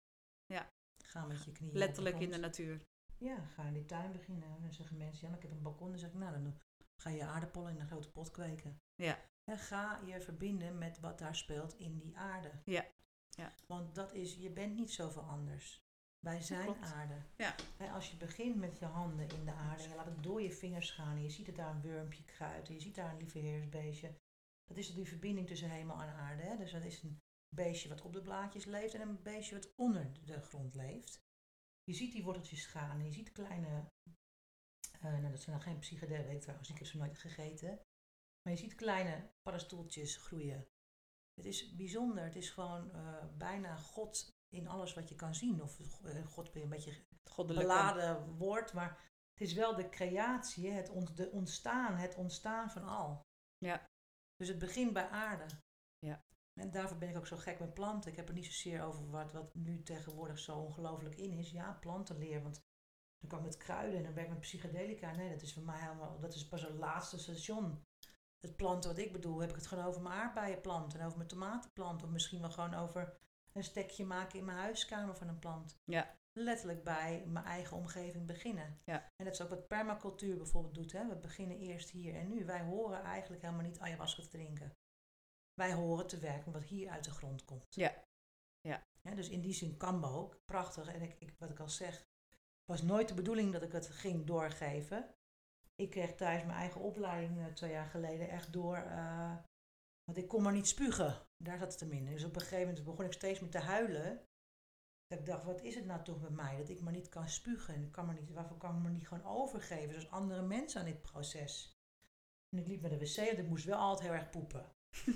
Ja. Ga met je knieën letterlijk op de in de natuur. Ja, ga in die tuin beginnen. En dan zeggen mensen, ja, maar ik heb een balkon. Dan zeg ik, nou, dan ga je aardappelen in een grote pot kweken. Ja. En ga je verbinden met wat daar speelt in die aarde. Ja. Ja. Want dat is, je bent niet zoveel anders. Wij zijn Klopt. aarde. Ja. En als je begint met je handen in de aarde en je laat het door je vingers gaan en je ziet het daar een wurmpje kruiden, je ziet daar een lieveheersbeestje. Dat is die verbinding tussen hemel en aarde. Hè? Dus dat is een beestje wat op de blaadjes leeft en een beestje wat onder de grond leeft. Je ziet die worteltjes gaan en je ziet kleine, uh, nou dat zijn dan geen psychedelen, weet ik trouwens, ik heb ze nooit gegeten. Maar je ziet kleine paddenstoeltjes groeien. Het is bijzonder. Het is gewoon uh, bijna God in alles wat je kan zien. Of uh, God ben je een beetje goddelijk beladen woord. Maar het is wel de creatie. Het ont, de ontstaan. Het ontstaan van al. Ja. Dus het begint bij aarde. Ja. En daarvoor ben ik ook zo gek met planten. Ik heb er niet zozeer over wat, wat nu tegenwoordig zo ongelooflijk in is. Ja, plantenleer. Want dan kan ik met kruiden en dan werk ik met psychedelica. Nee, dat is voor mij helemaal, dat is pas een laatste station. Het planten wat ik bedoel, heb ik het gewoon over mijn aardbeienplant en over mijn tomatenplant. Of misschien wel gewoon over een stekje maken in mijn huiskamer van een plant. Ja. Letterlijk bij mijn eigen omgeving beginnen. Ja. En dat is ook wat permacultuur bijvoorbeeld doet. Hè? We beginnen eerst hier en nu. Wij horen eigenlijk helemaal niet ayahuasca te drinken. Wij horen te werken wat hier uit de grond komt. Ja. Ja. Ja, dus in die zin kambo, prachtig. En ik, ik, wat ik al zeg, was nooit de bedoeling dat ik het ging doorgeven. Ik kreeg tijdens mijn eigen opleiding uh, twee jaar geleden echt door, uh, want ik kon maar niet spugen. Daar zat het hem in. Dus op een gegeven moment begon ik steeds meer te huilen. Dat ik dacht, wat is het nou toch met mij? Dat ik maar niet kan spugen. En ik kan maar niet, waarvoor kan ik me niet gewoon overgeven? Zoals andere mensen aan dit proces. En ik liep naar de wc, want ik moest wel altijd heel erg poepen.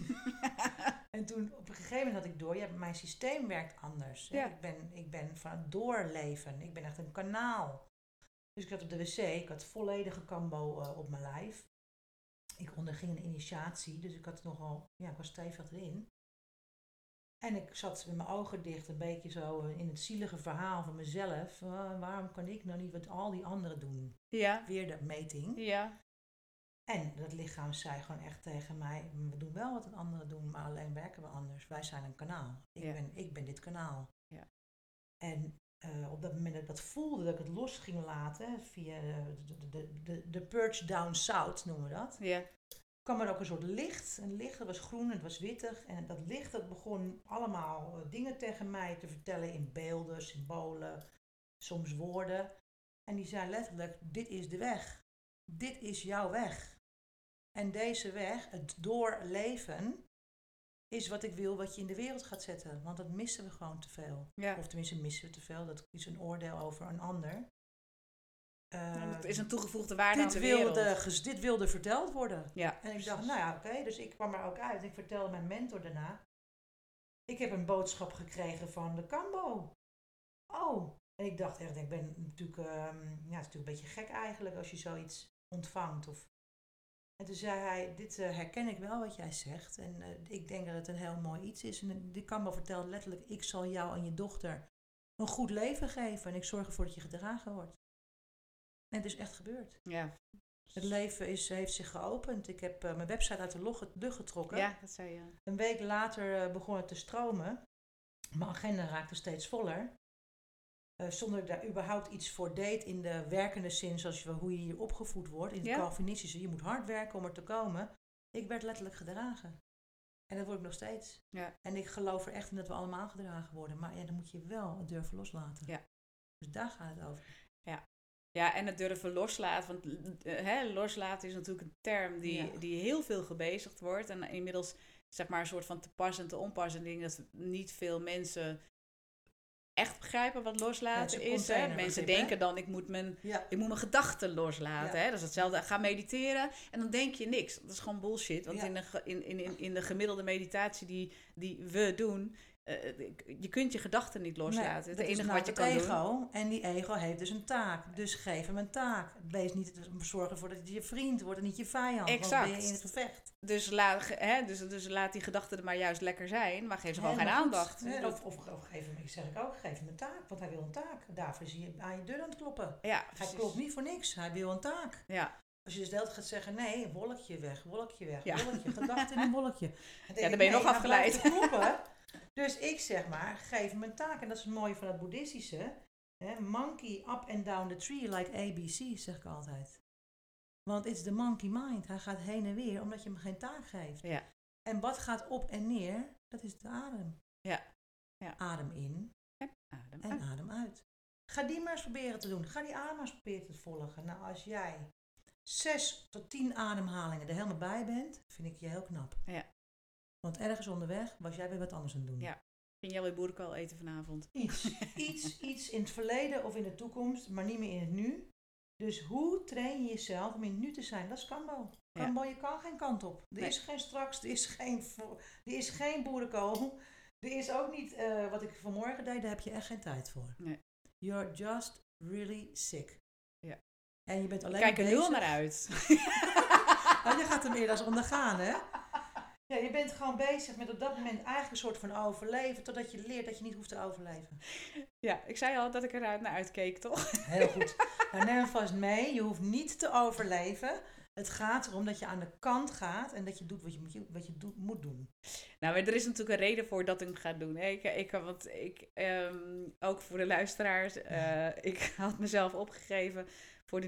En toen op een gegeven moment had ik door, ja, mijn systeem werkt anders. Ja. Ik ben, ik ben van het doorleven. Ik ben echt een kanaal. Dus ik zat op de wc, ik had volledige kambo uh, op mijn lijf. Ik onderging een initiatie, dus ik had nogal, ja, ik was stevig erin. En ik zat met mijn ogen dicht, een beetje zo in het zielige verhaal van mezelf. Uh, waarom kan ik nou niet wat al die anderen doen? Ja. Weer de meting. Ja. En dat lichaam zei gewoon echt tegen mij, we doen wel wat anderen doen, maar alleen werken we anders. Wij zijn een kanaal. Ik, ja. ben, ik ben dit kanaal. Ja. En uh, op dat moment dat ik dat voelde, dat ik het los ging laten, via de, de, de, de, de purge down south noemen we dat. Ja. kwam er ook een soort licht. Een licht, dat was groen, het was wittig. En dat licht dat begon allemaal uh, dingen tegen mij te vertellen in beelden, symbolen, soms woorden. En die zei letterlijk, dit is de weg. Dit is jouw weg. En deze weg, het doorleven, is wat ik wil wat je in de wereld gaat zetten. Want dat missen we gewoon te veel. Ja. Of tenminste missen we te veel. Dat is een oordeel over een ander. Uh, het is een toegevoegde waarde dit aan de wilde, wereld. ges, dit wilde verteld worden. Ja, en ik dacht, nou ja, oké. Okay, dus ik kwam er ook uit. Ik vertelde mijn mentor daarna. Ik heb een boodschap gekregen van de Kambo. Oh. En ik dacht echt, ik ben natuurlijk, um, ja, het is natuurlijk een beetje gek eigenlijk als je zoiets ontvangt. Of... En toen zei hij, dit uh, herken ik wel wat jij zegt. En uh, ik denk dat het een heel mooi iets is. En de Kambo vertelde letterlijk, ik zal jou en je dochter een goed leven geven. En ik zorg ervoor dat je gedragen wordt. En het is echt gebeurd. Ja. Het leven is, heeft zich geopend. Ik heb uh, mijn website uit de lucht getrokken. Ja, dat zei je. Een week later uh, begon het te stromen. Mijn agenda raakte steeds voller. Uh, zonder daar überhaupt iets voor deed in de werkende zin, zoals je, hoe je hier opgevoed wordt. In het ja. Calvinistische, je moet hard werken om er te komen. Ik werd letterlijk gedragen. En dat word ik nog steeds. Ja. En ik geloof er echt in dat we allemaal gedragen worden. Maar ja, dan moet je wel het durven loslaten. Ja. Dus daar gaat het over. Ja. Ja, en het durven loslaten. Want uh, hè, loslaten is natuurlijk een term die, ja. die heel veel gebezigd wordt. En inmiddels, zeg maar, een soort van te pas en te onpas. En ik denk dat niet veel mensen echt begrijpen wat loslaten ja, is. Hè? Mensen denken hè? dan, ik moet mijn, ja. ik moet mijn gedachten loslaten. Ja. Hè? Dat is hetzelfde. Ga mediteren en dan denk je niks. Dat is gewoon bullshit. Want ja. in, de, in, in, in de gemiddelde meditatie die, die we doen, uh, je kunt je gedachten niet loslaten. Nee, het enige nou wat je het kan ego, doen. En die ego heeft dus een taak. Dus geef hem een taak. Wees niet zorgen ervoor dat hij je vriend wordt en niet je vijand. Exact. Want ben je in het gevecht. Dus laat, hè, dus, dus laat die gedachten er maar juist lekker zijn, maar geef ze gewoon geen aandacht. Ja, of, of, of geef hem, ik zeg ik ook, geef hem een taak, want hij wil een taak. Daarvoor is hij aan je deur aan het kloppen. Ja, hij klopt niet voor niks, hij wil een taak. Ja. Als je dus de hele tijd gaat zeggen, nee, wolkje weg, wolkje weg, ja. wolkje, gedachten in een wolkje. Dan ja, dan ben je nee, nog afgeleid. Kloppen. Dus ik zeg maar, geef hem een taak. En dat is het mooie van het boeddhistische. Hè? Monkey up and down the tree like A B C, zeg ik altijd. Want it's the monkey mind. Hij gaat heen en weer omdat je hem geen taak geeft. Ja. En wat gaat op en neer? Dat is de adem. Ja. Ja. Adem in en adem en uit. adem uit. Ga die maar eens proberen te doen. Ga die adem maar eens proberen te volgen. Nou, als jij zes tot tien ademhalingen er helemaal bij bent, vind ik je heel knap. Ja. Want ergens onderweg was jij weer wat anders aan het doen. Ja. Ging jij weer boerenkool eten vanavond? Iets. iets, iets in het verleden of in de toekomst, maar niet meer in het nu. Dus hoe train je jezelf om in het nu te zijn? Dat is Kambo. Kambo, ja. Je kan geen kant op. Er nee. is geen straks, er is geen, er is geen boerenkool. Er is ook niet uh, wat ik vanmorgen deed, daar heb je echt geen tijd voor. Nee. You're just really sick. Ja. En je bent alleen Kijk er bezig... nul naar uit. Nou, je gaat hem eerder als ondergaan, hè? Ja, je bent gewoon bezig met op dat moment eigenlijk een soort van overleven, totdat je leert dat je niet hoeft te overleven. Ja, ik zei al dat ik eruit naar uitkeek, toch? Heel goed. Nou, neem vast mee, je hoeft niet te overleven. Het gaat erom dat je aan de kant gaat en dat je doet wat je, moet, wat je doet, moet doen. Nou, maar er is natuurlijk een reden voor dat ik het ga doen. Hè? Ik, ik, want ik, um, ook voor de luisteraars, uh, ik had mezelf opgegeven voor de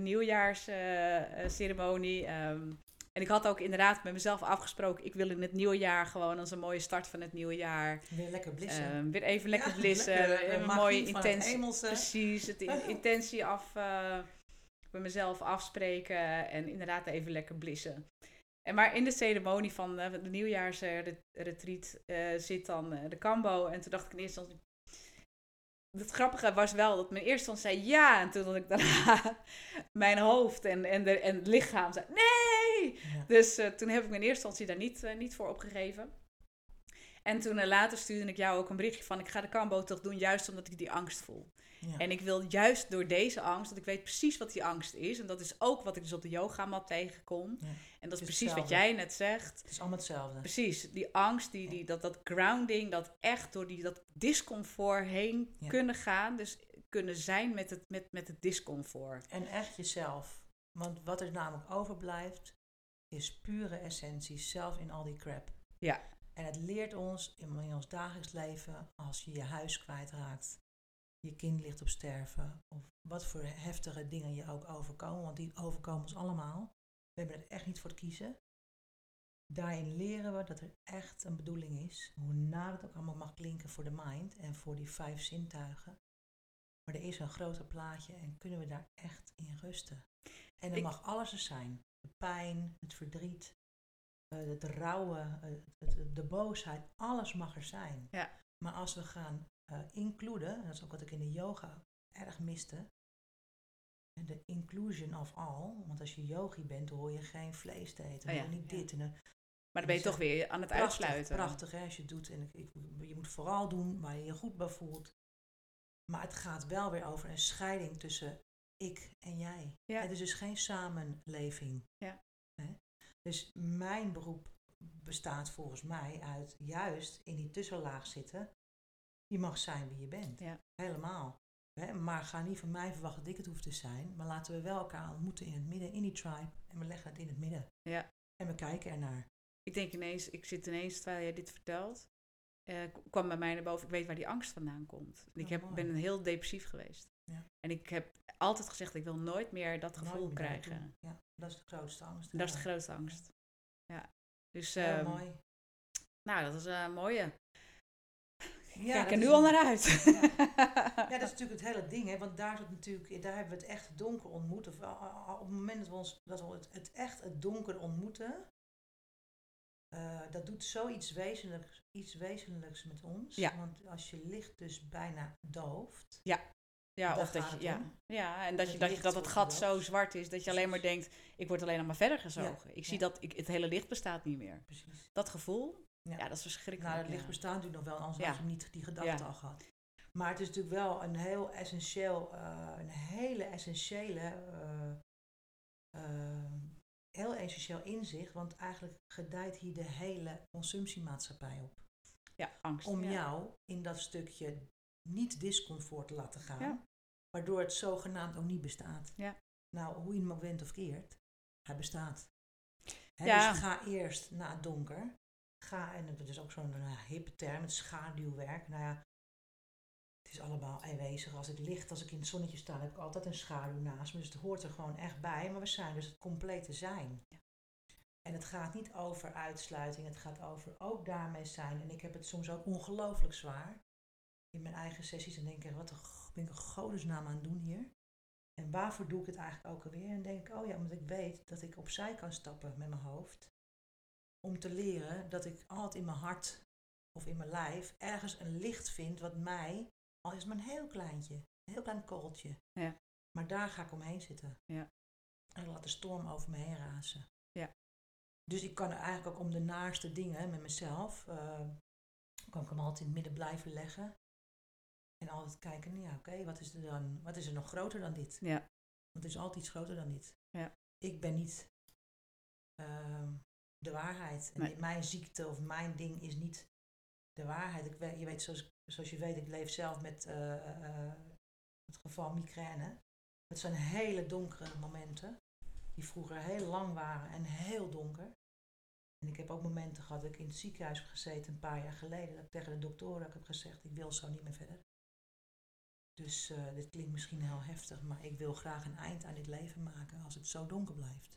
nieuwjaarsceremonie. Uh, um, En ik had ook inderdaad met mezelf afgesproken, ik wil in het nieuwe jaar gewoon als een mooie start van het nieuwe jaar. Weer lekker blissen. Uh, weer even lekker ja, blissen. Lekker, een mooie intentie. Het precies, het in, intentie af, uh, met mezelf afspreken en inderdaad even lekker blissen. En maar in de ceremonie van uh, de nieuwjaarsretreat uh, zit dan uh, de Kambo. En toen dacht ik in eerste instantie, het grappige was wel dat mijn eerste instantie zei ja. En toen dat ik daarna mijn hoofd en, en, de, en het lichaam zei nee. Ja. Dus uh, toen heb ik mijn eerste instantie daar niet, uh, niet voor opgegeven. En toen uh, later stuurde ik jou ook een berichtje van ik ga de Kambo toch doen juist omdat ik die angst voel. Ja. En ik wil juist door deze angst, want ik weet precies wat die angst is. En dat is ook wat ik dus op de yogamat tegenkom. Ja. En dat is, is precies hetzelfde. Wat jij net zegt. Het is allemaal hetzelfde. Precies, die angst, die, die, dat, dat grounding, dat echt door die, dat discomfort heen ja. kunnen gaan. Dus kunnen zijn met het, met, met het discomfort. En echt jezelf. Want wat er namelijk overblijft, is pure essentie, zelf in al die crap. Ja. En het leert ons in, in ons dagelijks leven, als je je huis kwijtraakt, je kind ligt op sterven, of wat voor heftige dingen je ook overkomen, want die overkomen ons allemaal. We hebben er echt niet voor te kiezen. Daarin leren we dat er echt een bedoeling is, hoe na het ook allemaal mag klinken voor de mind en voor die vijf zintuigen. Maar er is een groter plaatje en kunnen we daar echt in rusten. En er Ik- mag alles er zijn. De pijn, het verdriet, uh, het rouwen, uh, het, het, de boosheid. Alles mag er zijn. Ja. Maar als we gaan uh, includen, en dat is ook wat ik in de yoga erg miste. De inclusion of all. Want als je yogi bent, hoor je geen vlees te eten. Oh ja, hoor je niet ja. dit. En dan, Maar dan ben je toch weer aan het prachtig, uitsluiten. Prachtig, hè, als je het doet. En ik, ik, je moet vooral doen waar je je goed bij voelt. Maar het gaat wel weer over een scheiding tussen ik en jij. Ja. Het is dus geen samenleving. Ja. Hè? Dus mijn beroep bestaat volgens mij uit juist in die tussenlaag zitten. Je mag zijn wie je bent. Ja. Helemaal. Hè? Maar ga niet van mij verwachten dat ik het hoef te zijn. Maar laten we wel elkaar ontmoeten in het midden, in die tribe. En we leggen het in het midden. Ja. En we kijken ernaar. Ik denk ineens, ik zit ineens, terwijl jij dit vertelt, uh, kwam bij mij naar boven, ik weet waar die angst vandaan komt. Ik Oh, heb, mooi. ben heel depressief geweest. Ja. En ik heb altijd gezegd, ik wil nooit meer dat gevoel Nooit meer dat krijgen. doen. Ja, dat is de grootste angst. Dat is de Ja. grootste angst. Ja. Dus, Heel um, mooi. nou, dat is een uh, mooie. Ja, Kijk dat er nu is al een- naar uit. Ja, dat is natuurlijk het hele ding, hè? Want daar, is het natuurlijk, daar hebben we het echt donker ontmoet. Of, uh, op het moment dat we, ons, dat we het, het echt het donker ontmoeten, uh, dat doet zoiets wezenlijks, iets wezenlijks met ons. Ja. Want als je licht dus bijna dooft. Ja, ja daar of dat gaat je, het ja. om. Ja, en dat, Het je, dat, je, licht dat het wordt gat gedoofd. zo zwart is dat je alleen maar Precies. denkt, ik word alleen nog maar verder gezogen. Ja, Ik zie ja. dat ik, het hele licht bestaat niet meer. Precies. Dat gevoel, ja, Ja. dat is verschrikkelijk. Nou, het licht ja. bestaat natuurlijk nog wel, anders Ja. had je niet die gedachte Ja. al gehad. Maar het is natuurlijk wel een heel essentieel, uh, een hele essentiële, uh, uh, heel essentieel inzicht, want eigenlijk gedijt hier de hele consumptiemaatschappij op. Ja, angst. Om ja. jou in dat stukje niet discomfort te laten gaan, Ja. waardoor het zogenaamd ook niet bestaat. Ja. Nou, hoe je hem ook went of keert, hij bestaat. Hè, Ja. Dus ga eerst naar het donker. Ga, en dat is ook zo'n uh, hippe term, het schaduwwerk. Nou ja, het is allemaal aanwezig. Als ik licht, als ik in het zonnetje sta, dan heb ik altijd een schaduw naast me. Dus het hoort er gewoon echt bij. Maar we zijn dus het complete zijn. Ja. En het gaat niet over uitsluiting. Het gaat over ook daarmee zijn. En ik heb het soms ook ongelooflijk zwaar. In mijn eigen sessies. En denk ik, wat ben ik een godesnaam aan het doen hier? En waarvoor doe ik het eigenlijk ook alweer? En dan denk ik, oh ja, omdat ik weet dat ik opzij kan stappen met mijn hoofd. Om te leren dat ik altijd in mijn hart of in mijn lijf ergens een licht vind wat mij, al is het maar een heel kleintje, een heel klein korreltje. Ja. Maar daar ga ik omheen zitten. Ja. En laat de storm over me heen razen. Ja. Dus ik kan er eigenlijk ook om de naaste dingen met mezelf, uh, kan ik hem altijd in het midden blijven leggen. En altijd kijken, nou ja, oké, okay, wat is er dan, wat is er nog groter dan dit? Ja. Want er is altijd iets groter dan dit. Ja. Ik ben niet uh, de waarheid. En Nee. mijn ziekte of mijn ding is niet de waarheid. Ik weet, je weet, zoals, zoals je weet, ik leef zelf met uh, uh, het geval migraine. Het zijn hele donkere momenten. Die vroeger heel lang waren en heel donker. En ik heb ook momenten gehad dat ik in het ziekenhuis heb gezeten een paar jaar geleden. Dat ik tegen de doktoren heb gezegd, ik wil zo niet meer verder. Dus uh, dit klinkt misschien heel heftig, maar ik wil graag een eind aan dit leven maken als het zo donker blijft.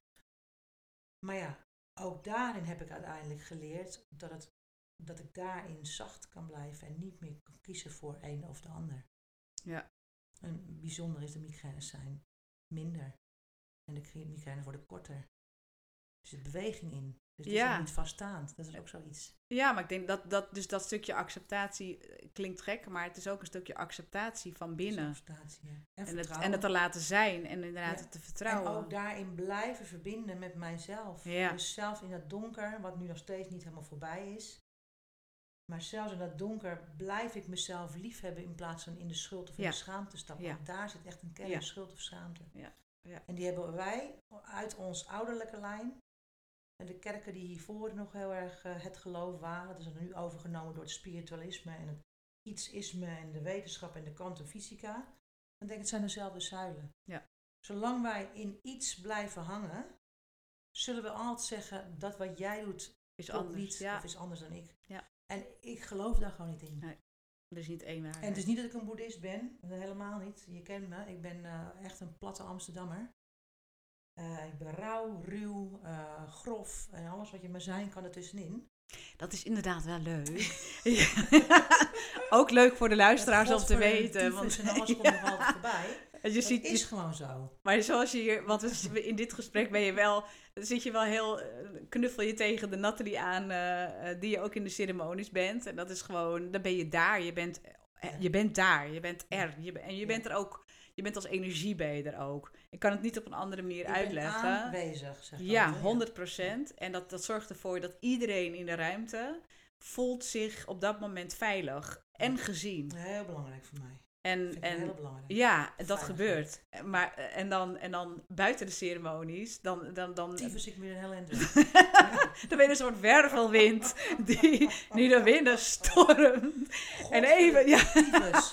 Maar ja, ook daarin heb ik uiteindelijk geleerd dat, het, dat ik daarin zacht kan blijven en niet meer kan kiezen voor een of de ander. Ja. En bijzonder is de migraines zijn minder. En de migraines worden korter. Er zit beweging in. Dus het ja. is ook niet vaststaand. Dat is ook zoiets. Ja, maar ik denk dat, dat dus dat stukje acceptatie klinkt gek, maar het is ook een stukje acceptatie van binnen. Acceptatie, ja. En, en, het, en het te laten zijn en inderdaad ja. het te vertrouwen. En ook daarin blijven verbinden met mijzelf. Ja. Dus zelf in dat donker, wat nu nog steeds niet helemaal voorbij is. Maar zelfs in dat donker blijf ik mezelf liefhebben in plaats van in de schuld of in ja. de schaamte stappen. Ja. Want daar zit echt een kern ja. schuld of schaamte. Ja. Ja. En die hebben wij uit ons ouderlijke lijn. En de kerken die hiervoor nog heel erg uh, het geloof waren, dat is nu overgenomen door het spiritualisme en het iets-isme en de wetenschap en de kwantumfysica. Dan denk ik, het zijn dezelfde zuilen. Ja. Zolang wij in iets blijven hangen, zullen we altijd zeggen dat wat jij doet is anders niet, ja. ja. of is anders dan ik. Ja. En ik geloof daar gewoon niet in. Nee, er is niet één waarheid. En het is niet dat ik een boeddhist ben, helemaal niet. Je kent me, ik ben uh, echt een platte Amsterdammer. Uh, ik ben rauw, ruw, uh, grof en alles wat je maar zijn kan ertussenin. Dat is inderdaad wel leuk. ook leuk voor de luisteraars om God te voor de weten. tyfus Want, en alles komt nog altijd voorbij. je Dat ziet, is gewoon zo. maar zoals je hier, want we- in dit gesprek ben je wel, zit je wel heel, eh, knuffel je tegen de Nathalie aan, eh, eh, die je ook in de ceremonies bent. En dat is gewoon, dan ben je daar. Je bent, eh, Ja. je bent daar. Je bent er. Je, be- en je Ja. bent er ook, je bent als energie ben je er ook. Ik kan het niet op een andere manier Ik ben uitleggen. aanwezig, zeg ik Ja, altijd, hè. honderd procent. En dat, dat zorgt ervoor dat iedereen in de ruimte voelt zich op dat moment veilig en Ja. gezien. Ja, heel belangrijk voor mij. En, Vind ik en heel belangrijk. ja, dat Veiligheid. gebeurt. Maar, eh, en, dan, en dan buiten de ceremonies, dan, dan, dan, Tyfus, ik weer een heel eind weg. dan ben je een soort wervelwind die nu de winden stormt. En even, ja, Tyfus.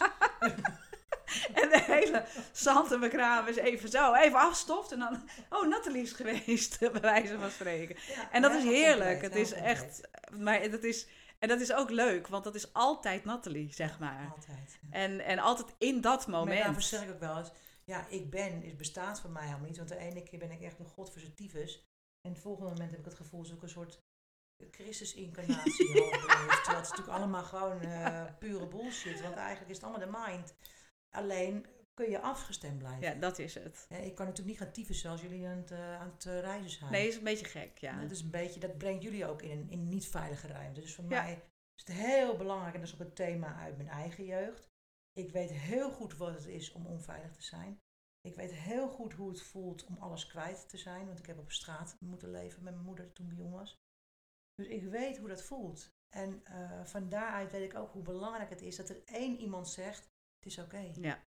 en de hele zand en bekraam is even zo, even afstoft. En dan, oh, Nathalie is geweest, bij wijze van spreken. Ja, En dat is helemaal heerlijk. compleet, Het is helemaal echt, maar dat is, en dat is ook leuk, want dat is altijd Nathalie, zeg compleet. maar. Altijd. Ja. En, en altijd in dat Maar daarvoor moment. zeg ik ook wel eens, ja, ik ben, is bestaat voor mij helemaal niet. Want de ene keer ben ik echt een god voor zijn tyfus. En het volgende moment heb ik het gevoel dat ik ook een soort Christus-incarnatie half beleefd. Terwijl het is natuurlijk allemaal gewoon eh, pure bullshit. Want eigenlijk is het allemaal de mind. Alleen kun je afgestemd blijven. Ja, dat is het. Ja, ik kan natuurlijk niet gaan tyfussen als jullie aan het, eh, aan het eh, reizen zijn. Nee, is een beetje gek, ja. Dat is een beetje, dat brengt jullie ook in een, in een niet veilige ruimte. Dus voor Ja. mij is het heel belangrijk, en dat is ook een thema uit mijn eigen jeugd. Ik weet heel goed wat het is om onveilig te zijn. Ik weet heel goed hoe het voelt om alles kwijt te zijn. Want ik heb op straat moeten leven met mijn moeder toen ik jong was. Dus ik weet hoe dat voelt. En uh, van daaruit weet ik ook hoe belangrijk het is dat er één iemand zegt, het is oké. Okay. Ja.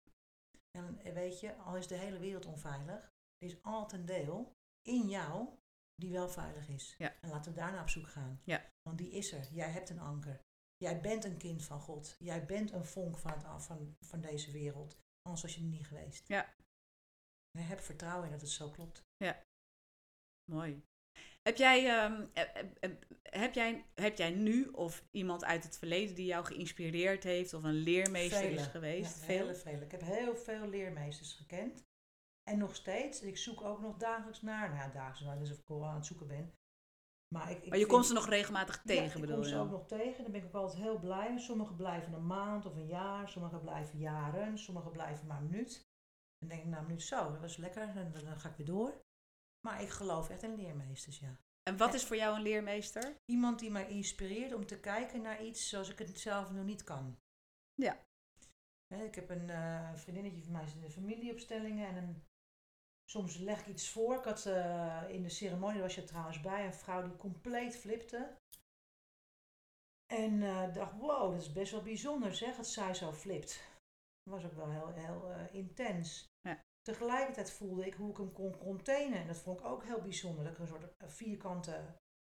En weet je, al is de hele wereld onveilig, er is altijd een deel in jou die wel veilig is. Ja. En laten we daarna op zoek gaan. Ja. Want die is er. Jij hebt een anker. Jij bent een kind van God. Jij bent een vonk van, het af, van, van deze wereld. Anders was je er niet geweest. Ja. En heb vertrouwen in dat het zo klopt. Ja. Mooi. Heb jij, um, heb, jij, heb jij nu of iemand uit het verleden die jou geïnspireerd heeft of een leermeester vele. is geweest? Ja, veel? Hele vele. Ik heb heel veel leermeesters gekend. En nog steeds. Ik zoek ook nog dagelijks naar. Nou ja, dagelijks naar, dus of ik al aan het zoeken ben. Maar, ik, ik maar je vind, komt ze nog regelmatig tegen, ja, bedoel je? ik kom ze ook nog tegen. Daar ben ik ook altijd heel blij. Sommigen blijven een maand of een jaar. Sommigen blijven jaren. Sommigen blijven maar een minuut. Dan denk ik, nou een minuut zo, dat was lekker. En dan, dan ga ik weer door. Maar ik geloof echt in leermeesters, ja. En wat is voor jou een leermeester? Iemand die mij inspireert om te kijken naar iets zoals ik het zelf nog niet kan. Ja. He, ik heb een uh, vriendinnetje van mij in de familieopstellingen en een, soms leg ik iets voor. Ik had uh, in de ceremonie, daar was je trouwens bij, een vrouw die compleet flipte. En uh, dacht, wow, dat is best wel bijzonder zeg, dat zij zo flipt. Dat was ook wel heel, heel uh, intens. Ja. Tegelijkertijd voelde ik hoe ik hem kon containen. En dat vond ik ook heel bijzonder. Dat ik een soort vierkante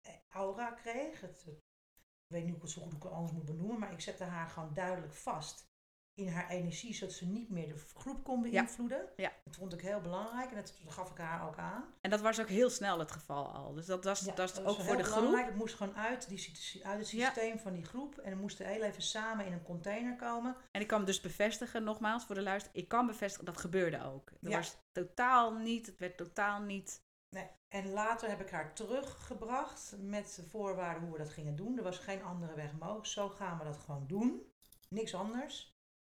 aura kreeg. Het, het, ik weet niet hoe ik het zo goed hoe ik het anders moet benoemen. Maar ik zette haar gewoon duidelijk vast in haar energie. Zodat ze niet meer de groep kon beïnvloeden. Ja. Ja. Dat vond ik heel belangrijk. En dat gaf ik haar ook aan. En dat was ook heel snel het geval al. Dus dat was, ja, dat was dat ook was voor de belangrijk. groep. Het moest gewoon uit, die, uit het systeem ja. van die groep. En we moesten heel even samen in een container komen. En ik kan dus bevestigen, nogmaals voor de luister. Ik kan bevestigen, dat gebeurde ook. Er ja. was totaal niet, het werd totaal niet... Nee. En later heb ik haar teruggebracht met de voorwaarden hoe we dat gingen doen. Er was geen andere weg mogelijk. Zo gaan we dat gewoon doen. Niks anders.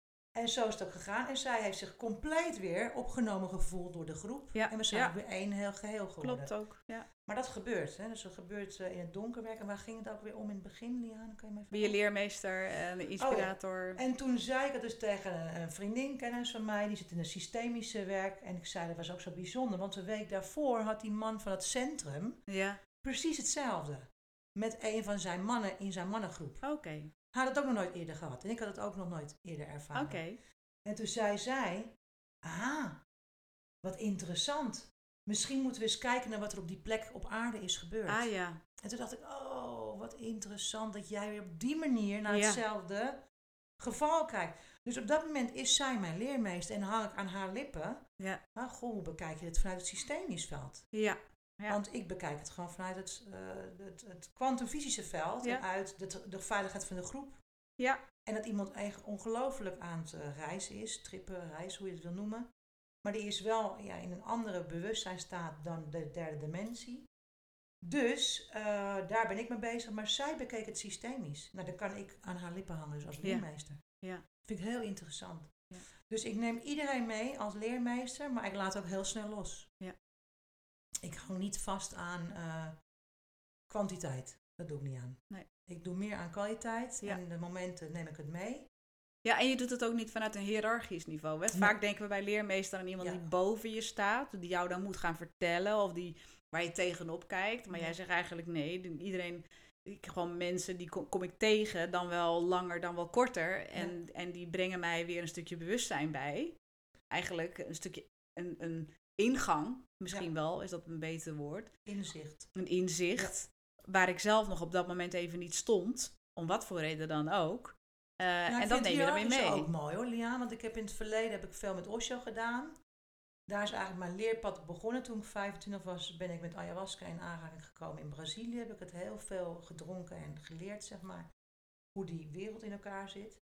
En zo is het ook gegaan. En zij heeft zich compleet weer opgenomen gevoeld door de groep. Ja, en we zijn ja. weer één heel geheel geworden. Klopt ook, ja. Maar dat gebeurt. Hè? Dus dat gebeurt uh, in het donker werken. En waar ging het ook weer om in het begin, Liane? Kan je me even Ben je leermeester en inspirator? Oh, ja. En toen zei ik het dus tegen een, een vriendin, kennis van mij. Die zit in het systemische werk. En ik zei, dat was ook zo bijzonder. Want een week daarvoor had die man van het centrum ja. precies hetzelfde. Met een van zijn mannen in zijn mannengroep. Oké. Okay. Hij had het ook nog nooit eerder gehad. En ik had het ook nog nooit eerder ervaren. Oké. Okay. En toen zei zij, ah, wat interessant. Misschien moeten we eens kijken naar wat er op die plek op aarde is gebeurd. Ah ja. En toen dacht ik, oh, wat interessant dat jij weer op die manier naar ja. hetzelfde geval kijkt. Dus op dat moment is zij mijn leermeester en hang ik aan haar lippen. Ja. Ah, goh, hoe bekijk je dit vanuit het systemisch veld? Ja. Ja. Want ik bekijk het gewoon vanuit het, uh, het, het kwantumfysische veld ja. en uit de, de veiligheid van de groep. Ja. En dat iemand eigenlijk ongelooflijk aan het uh, reizen is, trippen, reizen, hoe je het wil noemen. Maar die is wel ja, in een andere bewustzijnstaat dan de derde dimensie. Dus uh, daar ben ik mee bezig. Maar zij bekeek het systemisch. Nou, dan kan ik aan haar lippen hangen dus als leermeester. Ja. Vind ik heel interessant. Ja. Dus ik neem iedereen mee als leermeester, maar ik laat ook heel snel los. Ja. Ik hang niet vast aan uh, kwantiteit. Dat doe ik niet aan. Nee. Ik doe meer aan kwaliteit Ja. en de momenten neem ik het mee. Ja, en je doet het ook niet vanuit een hiërarchisch niveau. Hè? Vaak nee. denken we bij leermeester aan iemand ja. die boven je staat, die jou dan moet gaan vertellen of die, waar je tegenop kijkt. Maar ja. jij zegt eigenlijk nee, iedereen, ik, gewoon mensen die kom, kom ik tegen, dan wel langer, dan wel korter. En, ja. en die brengen mij weer een stukje bewustzijn bij. Eigenlijk een stukje, een, een ingang, misschien ja. wel, is dat een beter woord. Inzicht. Een inzicht, ja. waar ik zelf nog op dat moment even niet stond, om wat voor reden dan ook. Uh, ja, en dan neem je er weer mee. Dat is ook mooi hoor, Liaan. Want ik heb in het verleden heb ik veel met Osho gedaan. Daar is eigenlijk mijn leerpad begonnen. Toen ik vijfentwintig was, ben ik met ayahuasca in aanraking gekomen in Brazilië. Heb ik het heel veel gedronken en geleerd, zeg maar. Hoe die wereld in elkaar zit.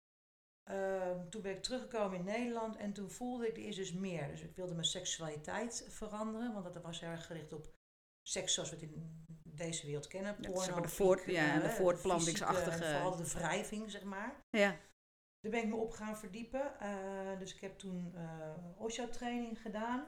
Uh, toen ben ik teruggekomen in Nederland. En toen voelde ik, er is dus meer. Dus ik wilde mijn seksualiteit veranderen. Want dat was heel erg gericht op seks zoals we het in deze wereld kennen. Ja, porno, de, voort, piek, ja, uh, de voortplantingsachtige. De vooral de wrijving, zeg maar. Ja. Daar ben ik me op gaan verdiepen. Uh, dus ik heb toen uh, Osho-training gedaan.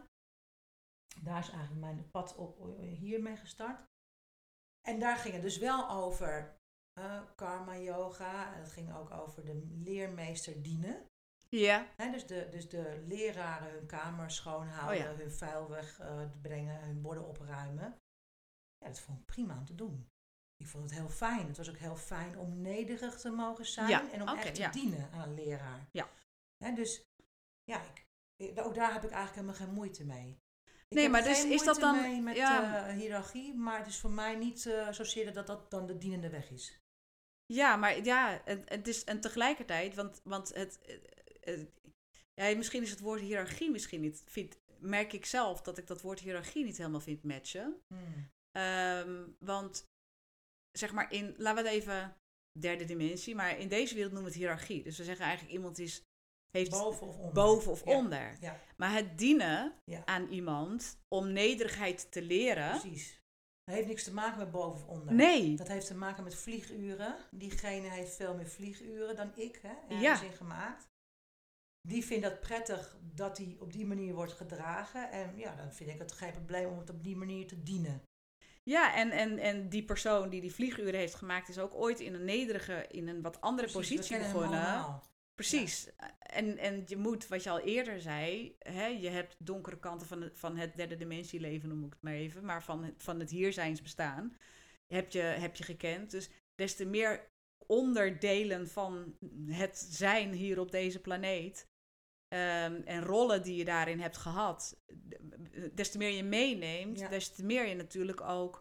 Daar is eigenlijk mijn pad op, hiermee gestart. En daar ging het dus wel over uh, karma yoga. En het ging ook over de leermeester dienen. Ja. He, dus, de, dus de leraren hun kamer schoonhouden, oh ja. hun vuil wegbrengen, uh, hun borden opruimen. Ja, dat vond ik prima om te doen. Ik vond het heel fijn. Het was ook heel fijn om nederig te mogen zijn ja, en om okay, echt te ja. dienen aan een leraar. Ja. He, dus ja, ik, ook daar heb ik eigenlijk helemaal geen moeite mee. Ik nee, heb maar geen dus moeite is dat dan mee met ja. uh, hiërarchie, maar het is voor mij niet uh, zozeer dat dat dan de dienende weg is. Ja, maar ja, het, het is en tegelijkertijd, want, want het, het, het ja, misschien is het woord hiërarchie misschien niet, vind, merk ik zelf dat ik dat woord hiërarchie niet helemaal vind matchen. Hmm. Um, want zeg maar in, laten we het even derde dimensie, maar in deze wereld noemen we het hiërarchie. Dus we zeggen eigenlijk iemand is, heeft boven of onder. Boven of ja. onder. Ja. Maar het dienen ja. aan iemand om nederigheid te leren. Precies. Dat heeft niks te maken met boven of onder. Nee. Dat heeft te maken met vlieguren. Diegene heeft veel meer vlieguren dan ik. Hè? Er ja. is in gemaakt. Die vindt dat prettig dat hij op die manier wordt gedragen. En ja, dan vind ik het geen probleem om het op die manier te dienen. Ja, en, en, en die persoon die die vlieguren heeft gemaakt is ook ooit in een nederige, in een wat andere Precies, positie begonnen. Precies. Ja. En, en je moet, wat je al eerder zei, hè, je hebt donkere kanten van het, van het derde dimensieleven, noem ik het maar even, maar van het, van het hierzijnsbestaan heb je, heb je gekend. Dus des te meer onderdelen van het zijn hier op deze planeet um, en rollen die je daarin hebt gehad, des te meer je meeneemt, ja. des te meer je natuurlijk ook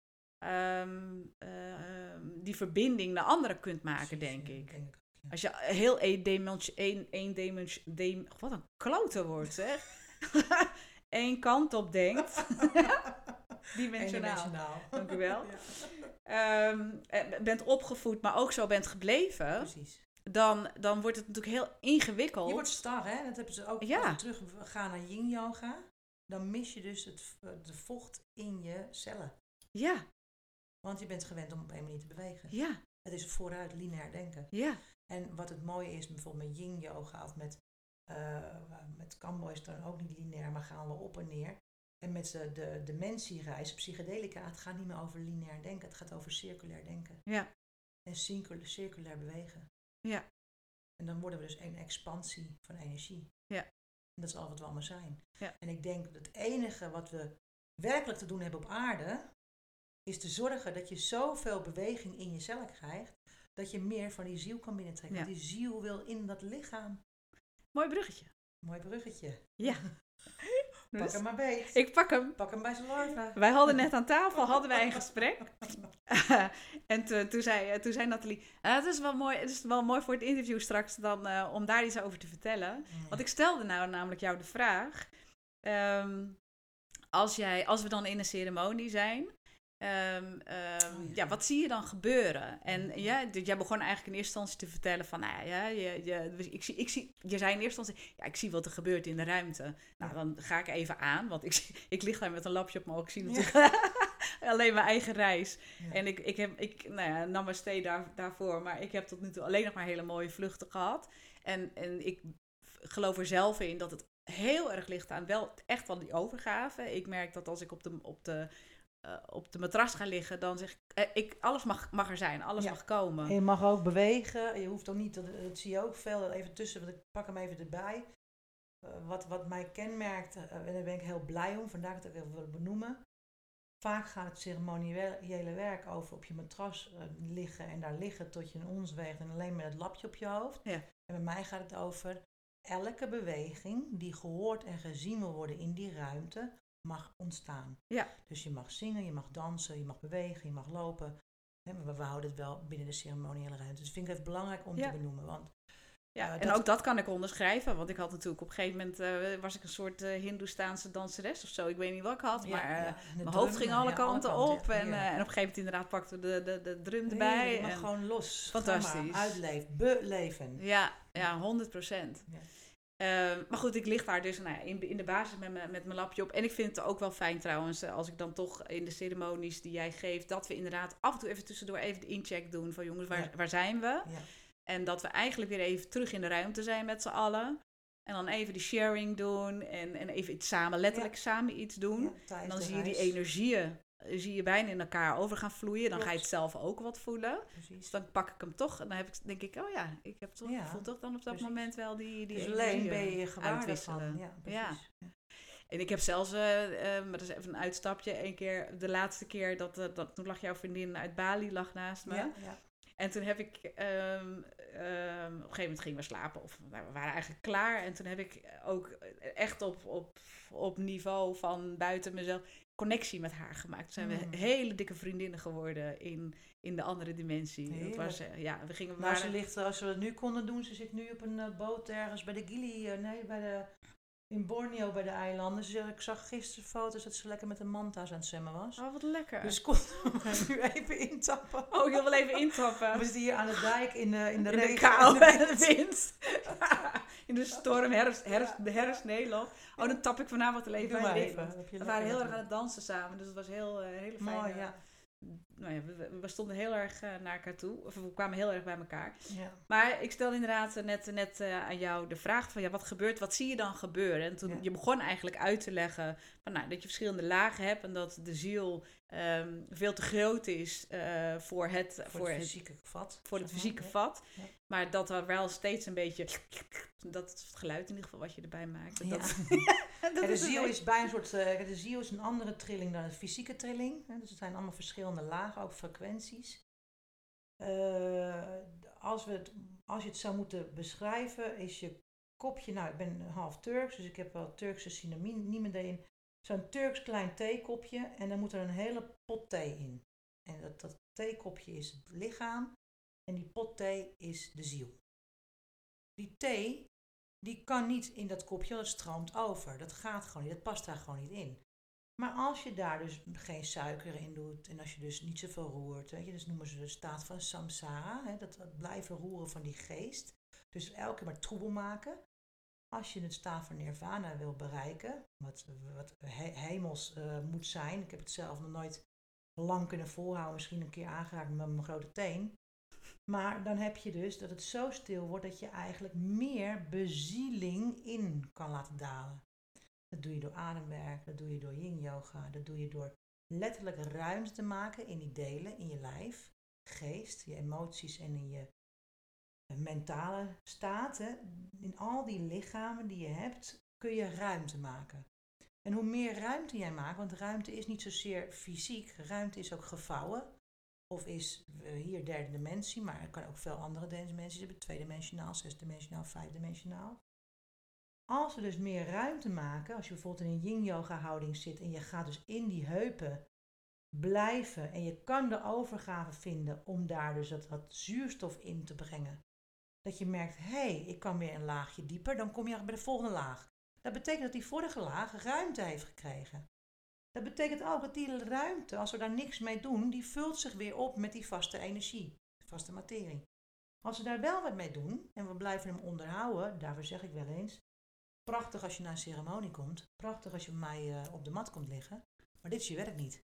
um, uh, die verbinding naar anderen kunt maken, Precies, denk, ja, ik. denk ik. Ja. Als je heel eendimensionaal, een, wat een klote woord zeg, één kant op denkt, dimensionaal, dank u wel, ja. um, bent opgevoed, maar ook zo bent gebleven, Precies. Dan, dan wordt het natuurlijk heel ingewikkeld. Je wordt star, hè? Dat hebben ze ook ja. als we teruggaan naar yin yoga. Dan mis je dus het de vocht in je cellen. Ja. Want je bent gewend om op één manier te bewegen. Ja. Het is vooruit lineair denken. Ja. En wat het mooie is, bijvoorbeeld met yin yoga of met, uh, met Kambo is het dan ook niet lineair, maar gaan we op en neer. En met de, de dimensiereis, psychedelica, het gaat niet meer over lineair denken, het gaat over circulair denken. Ja. En circulair, circulair bewegen. Ja. En dan worden we dus een expansie van energie. Ja. En dat is al wat we allemaal zijn. Ja. En ik denk dat het enige wat we werkelijk te doen hebben op aarde, is te zorgen dat je zoveel beweging in je cellen krijgt, dat je meer van die ziel kan binnentrekken. Ja. Want die ziel wil in dat lichaam. Mooi bruggetje. Mooi bruggetje. Ja. Pak dus, hem maar beet. Ik pak hem. Pak hem bij zijn larven. Wij hadden net aan tafel hadden wij een gesprek. uh, en to, toen, zei, toen zei Nathalie, uh, het is wel mooi, het is wel mooi voor het interview straks dan, uh, om daar iets over te vertellen. Mm. Want ik stelde nou namelijk jou de vraag. Um, als, jij, als we dan in een ceremonie zijn, Um, um, oh, ja. ja, wat zie je dan gebeuren? En mm-hmm. ja, d- jij begon eigenlijk in eerste instantie te vertellen van, nou ja, je, je, ik zie, ik zie, je zei in eerste instantie, ja, ik zie wat er gebeurt in de ruimte. Nou, ja. Dan ga ik even aan, want ik, ik lig daar met een lapje op mijn oog, ik zie natuurlijk. Ja. alleen mijn eigen reis. Ja. En ik, ik heb, ik, nou ja, namaste daar, daarvoor. Maar ik heb tot nu toe alleen nog maar hele mooie vluchten gehad. En, en ik geloof er zelf in dat het heel erg ligt aan wel echt wel die overgave. Ik merk dat als ik op de, op de, uh, op de matras ga liggen, dan zeg ik, uh, ik alles mag, mag er zijn, alles Ja. mag komen. En je mag ook bewegen. Je hoeft ook niet, dat, dat zie je ook veel, even tussen, want ik pak hem even erbij. Uh, wat, wat mij kenmerkt, uh, en daar ben ik heel blij om, vandaar dat ik het even wil benoemen. Vaak gaat het ceremoniële werk over op je matras uh, liggen en daar liggen tot je een ons weegt en alleen met het lapje op je hoofd. Ja. En bij mij gaat het over elke beweging die gehoord en gezien wil worden in die ruimte mag ontstaan. Ja. Dus je mag zingen, je mag dansen, je mag bewegen, je mag lopen. Maar we houden het wel binnen de ceremoniële ruimte. Dus dat vind ik even belangrijk om ja. te benoemen. Want, ja, uh, en dat... ook dat kan ik onderschrijven. Want ik had natuurlijk op een gegeven moment... Uh, was ik een soort uh, Hindoestaanse danseres of zo. Ik weet niet wat ik had. Ja, maar uh, ja, mijn drum, hoofd ging alle ja, kanten alle op. Kanten, en, uh, en op een gegeven moment inderdaad pakten we de, de, de drum erbij. Nee, je mag en gewoon los. Fantastisch. Maar, uitleven, beleven. Ja, ja, honderd procent. Ja. Uh, maar goed, ik lig daar dus nou ja, in, in de basis met, me, met mijn lapje op. En ik vind het ook wel fijn trouwens, als ik dan toch in de ceremonies die jij geeft, dat we inderdaad af en toe even tussendoor even de incheck doen van jongens, waar, ja. waar zijn we? Ja. En dat we eigenlijk weer even terug in de ruimte zijn met z'n allen. En dan even die sharing doen en, en even iets samen, letterlijk ja. samen iets doen. Ja, en dan zie je die energieën, zie je bijna in elkaar over gaan vloeien. Dan Klopt. Ga je het zelf ook wat voelen. Precies. Dus dan pak ik hem toch en dan heb ik, denk ik, oh ja, ik heb toch, ja. voel toch dan op dat Precies. moment wel die, die dus energieën alleen ben je gewaar van. Ja, ja. En ik heb zelfs, uh, uh, maar dat is even een uitstapje, een keer, de laatste keer, dat, uh, dat toen lag jouw vriendin uit Bali lag naast me. Ja, ja. En toen heb ik, um, um, op een gegeven moment gingen we slapen, of nou, we waren eigenlijk klaar. En toen heb ik ook echt op, op, op niveau van buiten mezelf connectie met haar gemaakt. Toen zijn mm. we hele dikke vriendinnen geworden in, in de andere dimensie. Dat was, uh, ja, we gingen maar ze ligt, als we het nu konden doen, ze zit nu op een uh, boot ergens bij de Gili, uh, nee, bij de... in Borneo bij de eilanden. Dus ik zag gisteren foto's dat ze lekker met de manta's aan het zwemmen was. Oh, wat lekker. Dus kon we nu even intappen. Oh, ik wil wel even intappen. We zitten hier aan de dijk in de, in de in regen. De kou en de wind. In de storm, herfst, herfst, de herfst Nederland. Oh, dan tap ik vanavond wel even bij even. We waren heel erg aan het dansen samen. Dus het was heel, uh, hele fijn. Mooi, ja. Nou ja, we, we stonden heel erg uh, naar elkaar toe. Of we kwamen heel erg bij elkaar. Ja. Maar ik stelde inderdaad net, net uh, aan jou de vraag van ja, wat gebeurt, wat zie je dan gebeuren? En toen ja. je begon eigenlijk uit te leggen van, nou, dat je verschillende lagen hebt en dat de ziel um, veel te groot is uh, voor het, voor voor het fysieke het, vat. Voor het fysieke ja. vat. Ja. Maar dat er wel steeds een beetje, dat is het geluid in ieder geval wat je erbij maakt. Dat ja. dat, dat ja, de ziel is bij een soort, uh, de ziel is een andere trilling dan de fysieke trilling. Hè? Dus het zijn allemaal verschillende lagen, ook frequenties. Uh, als, we het, als je het zou moeten beschrijven, is je kopje, nou ik ben half Turks, dus ik heb wel Turkse synoniemen erin. Zo'n Turks klein theekopje en dan moet er een hele pot thee in. En dat, dat theekopje is het lichaam en die pot thee is de ziel. Die thee, die kan niet in dat kopje, dat stroomt over. Dat gaat gewoon niet, dat past daar gewoon niet in. Maar als je daar dus geen suiker in doet en als je dus niet zoveel roert, weet je, dus noemen ze de staat van samsara, hè, dat, dat blijven roeren van die geest. Dus elke keer maar troebel maken. Als je het staat van nirvana wil bereiken, wat, wat he, hemels uh, moet zijn, ik heb het zelf nog nooit lang kunnen volhouden, misschien een keer aangeraakt met mijn grote teen. Maar dan heb je dus dat het zo stil wordt dat je eigenlijk meer bezieling in kan laten dalen. Dat doe je door ademwerk, dat doe je door yin yoga, dat doe je door letterlijk ruimte te maken in die delen, in je lijf, geest, je emoties en in je mentale staten. In al die lichamen die je hebt, kun je ruimte maken. En hoe meer ruimte jij maakt, want ruimte is niet zozeer fysiek, ruimte is ook gevouwen. Of is uh, hier derde dimensie, maar er kan ook veel andere dimensies hebben, tweedimensionaal, zesdimensionaal, vijfdimensionaal. Als we dus meer ruimte maken, als je bijvoorbeeld in een yin-yoga houding zit en je gaat dus in die heupen blijven en je kan de overgave vinden om daar dus dat, dat zuurstof in te brengen. Dat je merkt, hé, hey, ik kan weer een laagje dieper, dan kom je bij de volgende laag. Dat betekent dat die vorige laag ruimte heeft gekregen. Dat betekent ook dat die ruimte, als we daar niks mee doen, die vult zich weer op met die vaste energie, vaste materie. Als we daar wel wat mee doen en we blijven hem onderhouden, daarvoor zeg ik wel eens, prachtig als je naar een ceremonie komt, prachtig als je bij mij uh, op de mat komt liggen, maar dit is je werk niet.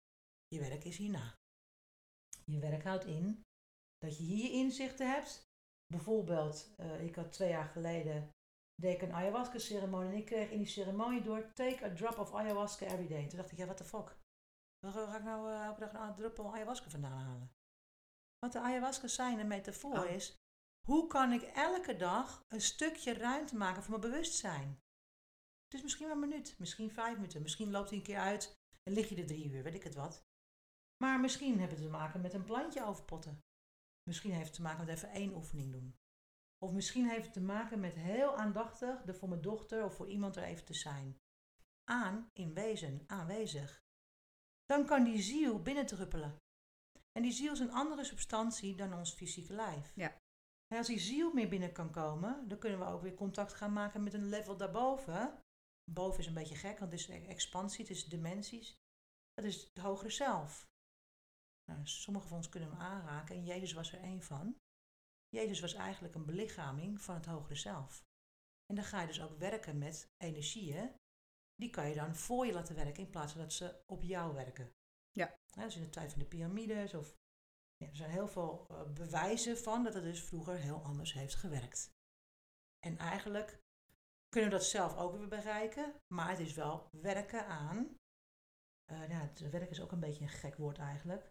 Je werk is hierna. Je werk houdt in dat je hier inzichten hebt. Bijvoorbeeld, uh, ik had twee jaar geleden deed ik een ayahuasca ceremonie en ik kreeg in die ceremonie door take a drop of ayahuasca every day. Toen dacht ik, ja, what the fuck? Waar ga ik nou uh, elke dag een druppel ayahuasca vandaan halen? Wat de ayahuasca zijn, een metafoor Oh. is, hoe kan ik elke dag een stukje ruimte maken voor mijn bewustzijn? Het is misschien maar een minuut, misschien vijf minuten, misschien loopt hij een keer uit en lig je er drie uur, weet ik het wat. Maar misschien heeft het te maken met een plantje overpotten. Misschien heeft het te maken met even één oefening doen. Of misschien heeft het te maken met heel aandachtig er voor mijn dochter of voor iemand er even te zijn. Aan, in wezen, aanwezig. Dan kan die ziel binnendruppelen. En die ziel is een andere substantie dan ons fysieke lijf. Ja. En als die ziel meer binnen kan komen, dan kunnen we ook weer contact gaan maken met een level daarboven. Boven is een beetje gek, want het is expansie, het is dimensies. Dat is het hogere zelf. Nou, sommige van ons kunnen hem aanraken en Jezus was er één van. Jezus was eigenlijk een belichaming van het hogere zelf. En dan ga je dus ook werken met energieën. Die kan je dan voor je laten werken in plaats van dat ze op jou werken. Ja. Dat is in de tijd van de piramides. Of, ja, er zijn heel veel uh, bewijzen van dat het dus vroeger heel anders heeft gewerkt. En eigenlijk kunnen we dat zelf ook weer bereiken. Maar het is wel werken aan. Uh, ja, het werk is ook een beetje een gek woord eigenlijk.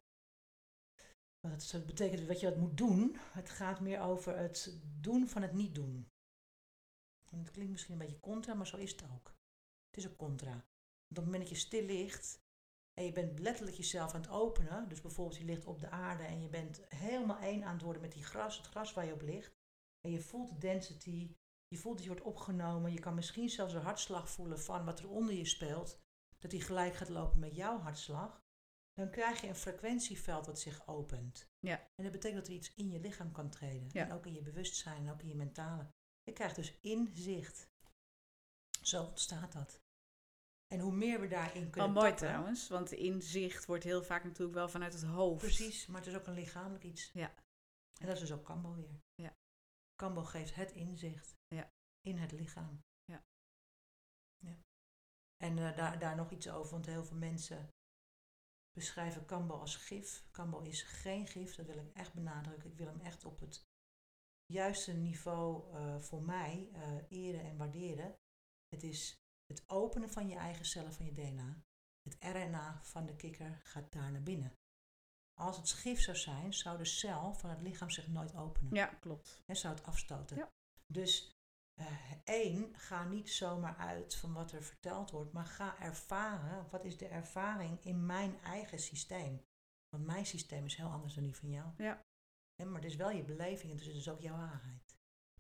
Dat betekent dat je wat moet doen. Het gaat meer over het doen van het niet doen. En het klinkt misschien een beetje contra, maar zo is het ook. Het is ook contra. Want op het moment dat je stil ligt en je bent letterlijk jezelf aan het openen. Dus bijvoorbeeld je ligt op de aarde en je bent helemaal één aan het worden met die gras, het gras waar je op ligt. En je voelt de density, je voelt dat je wordt opgenomen. Je kan misschien zelfs een hartslag voelen van wat er onder je speelt. Dat die gelijk gaat lopen met jouw hartslag. Dan krijg je een frequentieveld wat zich opent. Ja. En dat betekent dat er iets in je lichaam kan treden. Ja. En ook in je bewustzijn en ook in je mentale. Je krijgt dus inzicht. Zo ontstaat dat. En hoe meer we daarin kunnen Wel mooi tappen, trouwens, want inzicht wordt heel vaak natuurlijk wel vanuit het hoofd. Precies, maar het is ook een lichamelijk iets. Ja. En dat is dus ook Kambo weer. Ja. Kambo geeft het inzicht. Ja. In het lichaam. Ja. Ja. En uh, daar, daar nog iets over, want heel veel mensen beschrijven Kambo als gif. Kambo is geen gif, dat wil ik echt benadrukken. Ik wil hem echt op het juiste niveau uh, voor mij uh, eren en waarderen. Het is het openen van je eigen cellen van je D N A. Het R N A van de kikker gaat daar naar binnen. Als het gif zou zijn, zou de cel van het lichaam zich nooit openen. Ja, klopt. En zou het afstoten. Ja. Dus uh, één, ga niet zomaar uit van wat er verteld wordt, maar ga ervaren, wat is de ervaring in mijn eigen systeem. Want mijn systeem is heel anders dan die van jou. Ja. Ja, maar het is wel je beleving en dus het is ook jouw waarheid.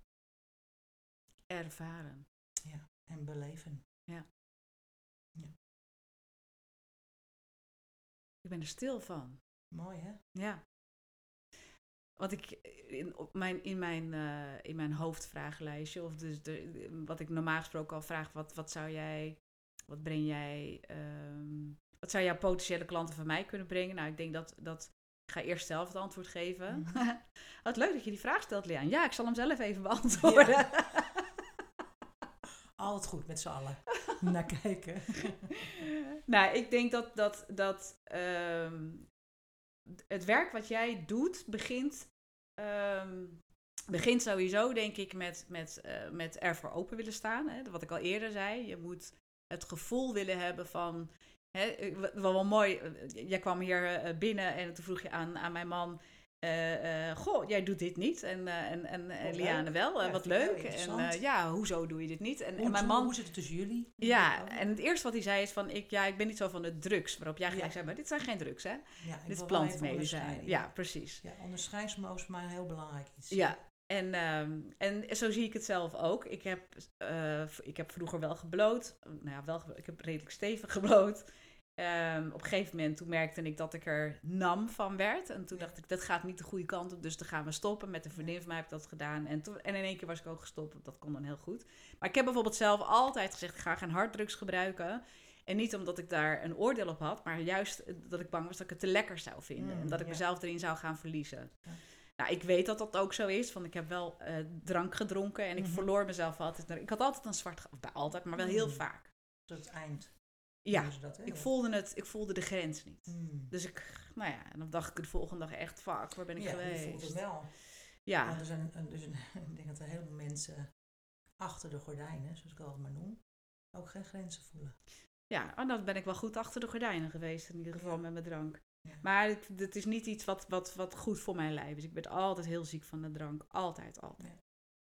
Ervaren. Ja, en beleven. Ja. Ja. Ik ben er stil van. Mooi, hè? Ja. Wat ik in, op mijn, in, mijn, uh, in mijn hoofdvragenlijstje, of dus de, wat ik normaal gesproken al vraag, wat, wat zou jij, wat breng jij, um, wat zou jouw potentiële klanten van mij kunnen brengen? Nou, ik denk dat, dat ik ga eerst zelf het antwoord geven. Mm-hmm. Wat leuk dat je die vraag stelt, Liaan. Ja, ik zal hem zelf even beantwoorden. Ja. Altijd goed met z'n allen naar kijken. Nou, ik denk dat, dat, dat um, het werk wat jij doet begint, um, begint sowieso, denk ik, met, met, uh, met ervoor open willen staan. Hè? Wat ik al eerder zei, je moet het gevoel willen hebben van, hè, wel, wel mooi, jij kwam hier binnen en toen vroeg je aan, aan mijn man, Uh, uh, goh, jij doet dit niet. En, uh, en, en, en Liane wel, uh, ja, wat leuk. En uh, ja, hoezo doe je dit niet? En, hoe, en mijn man, hoe zit het tussen jullie? Ja, en het eerste wat hij zei is van, ik, ja, ik ben niet zo van de drugs. Waarop jij gelijk ja. zei, maar dit zijn geen drugs, hè? Ja, dit is plantenmedicijn. Ja, precies. Ja, onderscheidsvermogen is voor mij een heel belangrijk iets. Ja, en, um, en zo zie ik het zelf ook. Ik heb, uh, ik heb vroeger wel gebloot. Nou ja, wel, ik heb redelijk stevig gebloot. Um, op een gegeven moment toen merkte ik dat ik er nam van werd. En toen dacht ik, dat gaat niet de goede kant op. Dus dan gaan we stoppen. Met een vriendin van mij heb ik dat gedaan. En, toen, en in één keer was ik ook gestopt. Dat kon dan heel goed. Maar ik heb bijvoorbeeld zelf altijd gezegd, ik ga geen harddrugs gebruiken. En niet omdat ik daar een oordeel op had. Maar juist dat ik bang was dat ik het te lekker zou vinden. Mm, en dat ik ja. mezelf erin zou gaan verliezen. Ja. Nou, ik weet dat dat ook zo is. Want ik heb wel uh, drank gedronken. En ik mm-hmm. verloor mezelf altijd. Ik had altijd een zwart gat. Altijd, maar wel heel mm. vaak. Tot het eind. Ja, noemen ze dat, hè? ik Ja. voelde het, ik voelde de grens niet. Hmm. Dus ik, nou ja, en dan dacht ik de volgende dag echt, fuck, waar ben ik Ja, geweest? je voelt het wel. Ja, Want er zijn, een- dus een, ik denk dat er heel veel mensen achter de gordijnen, zoals ik het altijd maar noem, ook geen grenzen voelen. ja, en dan ben ik wel goed achter de gordijnen geweest, in ieder geval Ja. met mijn drank. Ja. Maar het, het is niet iets wat, wat, wat goed voor mijn lijf is. Ik ben altijd heel ziek van de drank. Altijd, altijd. Ja.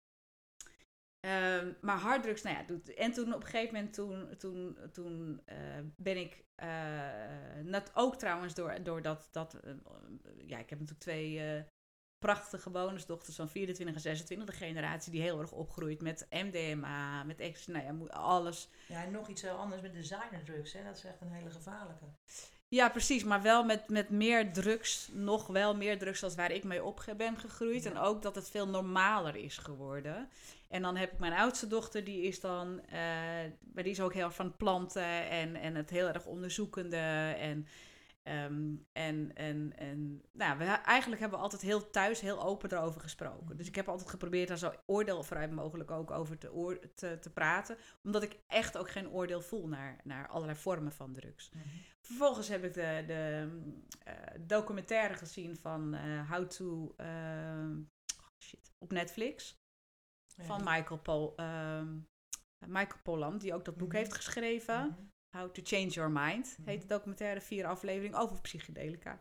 Ehm, maar harddrugs, nou ja, doet. En toen op een gegeven moment, toen, toen, toen eh, ben ik, eh, net ook trouwens door, door dat, dat eh, ja, ik heb natuurlijk twee eh, prachtige bonusdochters van vierentwintig en zesentwintig, de generatie die heel erg opgroeit met M D M A, met ecstasy, nou ja, mo- alles. Ja, en nog iets heel anders met designerdrugs, hè? Dat is echt een hele gevaarlijke. Ja, precies, maar wel met, met meer drugs, nog wel meer drugs als waar ik mee op ge- ben gegroeid. Ja. En ook dat het veel normaler is geworden. En dan heb ik mijn oudste dochter, die is dan, eh, maar die is ook heel erg van planten en, en het heel erg onderzoekende. En, ehm, en, en, en nou, we, eigenlijk hebben we altijd heel thuis heel open erover gesproken. Dus ik heb altijd geprobeerd daar zo oordeelvrij mogelijk ook over te, oor, te, te praten. Omdat ik echt ook geen oordeel voel naar, naar allerlei vormen van drugs. Mhm. Vervolgens heb ik de, de uh, documentaire gezien van uh, How to... Uh, oh shit, op Netflix. Ja, van die... Michael, Pol, uh, Michael Pollan, die ook dat boek mm-hmm. heeft geschreven. Mm-hmm. How to Change Your Mind. Mm-hmm. Heet de documentaire, vier afleveringen over psychedelica.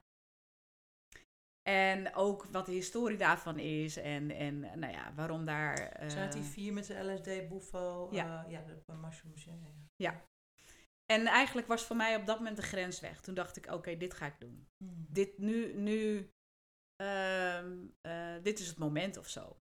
En ook wat de historie daarvan is. En, en nou ja, waarom daar... Uh, Zijn het die vier met de L S D, Bufo? Ja. Uh, ja, de mushrooms. Ja, ja. Ja. En eigenlijk was voor mij op dat moment de grens weg. Toen dacht ik, oké, okay, dit ga ik doen. Hmm. Dit nu, nu uh, uh, dit is het moment of zo.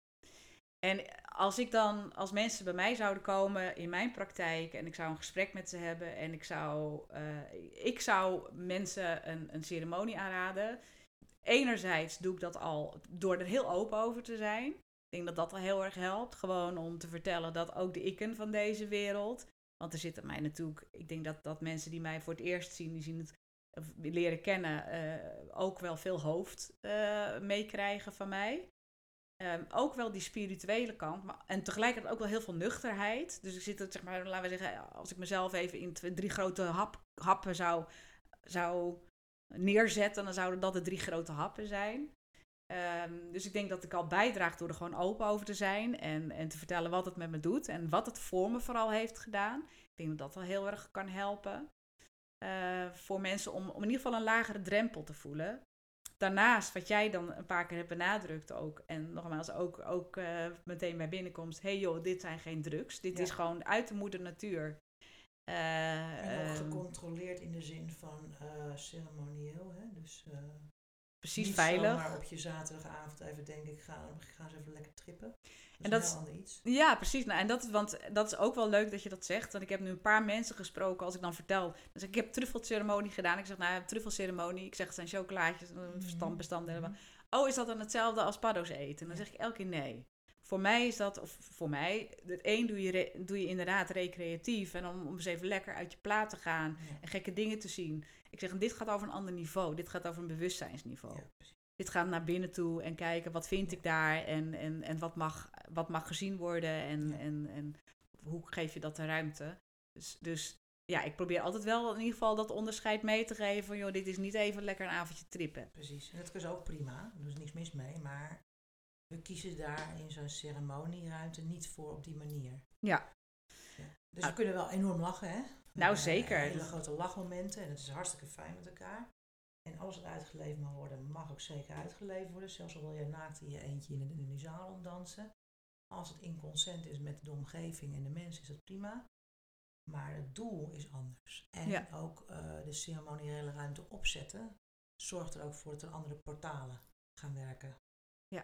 En als ik dan, als mensen bij mij zouden komen in mijn praktijk en ik zou een gesprek met ze hebben en ik zou, uh, ik zou mensen een, een ceremonie aanraden. Enerzijds doe ik dat al door er heel open over te zijn. Ik denk dat dat al heel erg helpt. Gewoon om te vertellen dat ook de ikken van deze wereld... Want er zitten mij natuurlijk... Ik denk dat, dat mensen die mij voor het eerst zien... die zien het of leren kennen... Uh, ook wel veel hoofd uh, meekrijgen van mij. Um, ook wel die spirituele kant. Maar, en tegelijkertijd ook wel heel veel nuchterheid. Dus ik zit er, zeg maar, laten we zeggen... Als ik mezelf even in twee, drie grote hap, happen zou, zou neerzetten... dan zouden dat de drie grote happen zijn. Um, dus ik denk dat ik al bijdraag door er gewoon open over te zijn en, en te vertellen wat het met me doet en wat het voor me vooral heeft gedaan. Ik denk dat dat wel heel erg kan helpen uh, voor mensen om, om in ieder geval een lagere drempel te voelen. Daarnaast, wat jij dan een paar keer hebt benadrukt ook, en nogmaals ook, ook uh, meteen bij binnenkomst, hé hey joh, dit zijn geen drugs, dit ja. is gewoon uit de moeder natuur. Uh, en ook gecontroleerd in de zin van uh, ceremonieel, hè? Dus... Uh... Precies, niet veilig. Maar op je zaterdagavond even denken, ik ga, ik ga eens even lekker trippen. Dat is en dat een heel ander iets. Ja, precies. Nou, en dat, want dat is ook wel leuk dat je dat zegt. Want ik heb nu een paar mensen gesproken als ik dan vertel. Dus ik heb truffelceremonie gedaan. Ik zeg, nou, truffelceremonie. Ik zeg, het zijn chocolaatjes, mm-hmm. standbestanden. Mm-hmm. Oh, is dat dan hetzelfde als paddo's eten? En dan zeg ik elke keer nee. Voor mij is dat, of voor mij, het een doe je, re, doe je inderdaad recreatief. En om, om eens even lekker uit je plaat te gaan ja. en gekke dingen te zien. Ik zeg, dit gaat over een ander niveau. Dit gaat over een bewustzijnsniveau. Ja, dit gaat naar binnen toe en kijken, wat vind ja. ik daar? En, en, en wat, mag, wat mag gezien worden? En, ja. en, en hoe geef je dat de ruimte? Dus, dus ja, ik probeer altijd wel in ieder geval dat onderscheid mee te geven. Van, joh, dit is niet even lekker een avondje trippen. Precies, en dat is ook prima. Er is niks mis mee, maar... We kiezen daar in zo'n ceremonieruimte niet voor op die manier. Ja. ja. Dus ah. we kunnen wel enorm lachen, hè? Nou, uh, zeker. Hele grote lachmomenten en het is hartstikke fijn met elkaar. En alles wat uitgeleefd mag worden, mag ook zeker uitgeleefd worden. Zelfs al wil je naakt in je eentje in de, in de zaal ronddansen. Als het in consent is met de omgeving en de mensen, is dat prima. Maar het doel is anders. En ja. ook uh, de ceremoniële ruimte opzetten zorgt er ook voor dat er andere portalen gaan werken. Ja.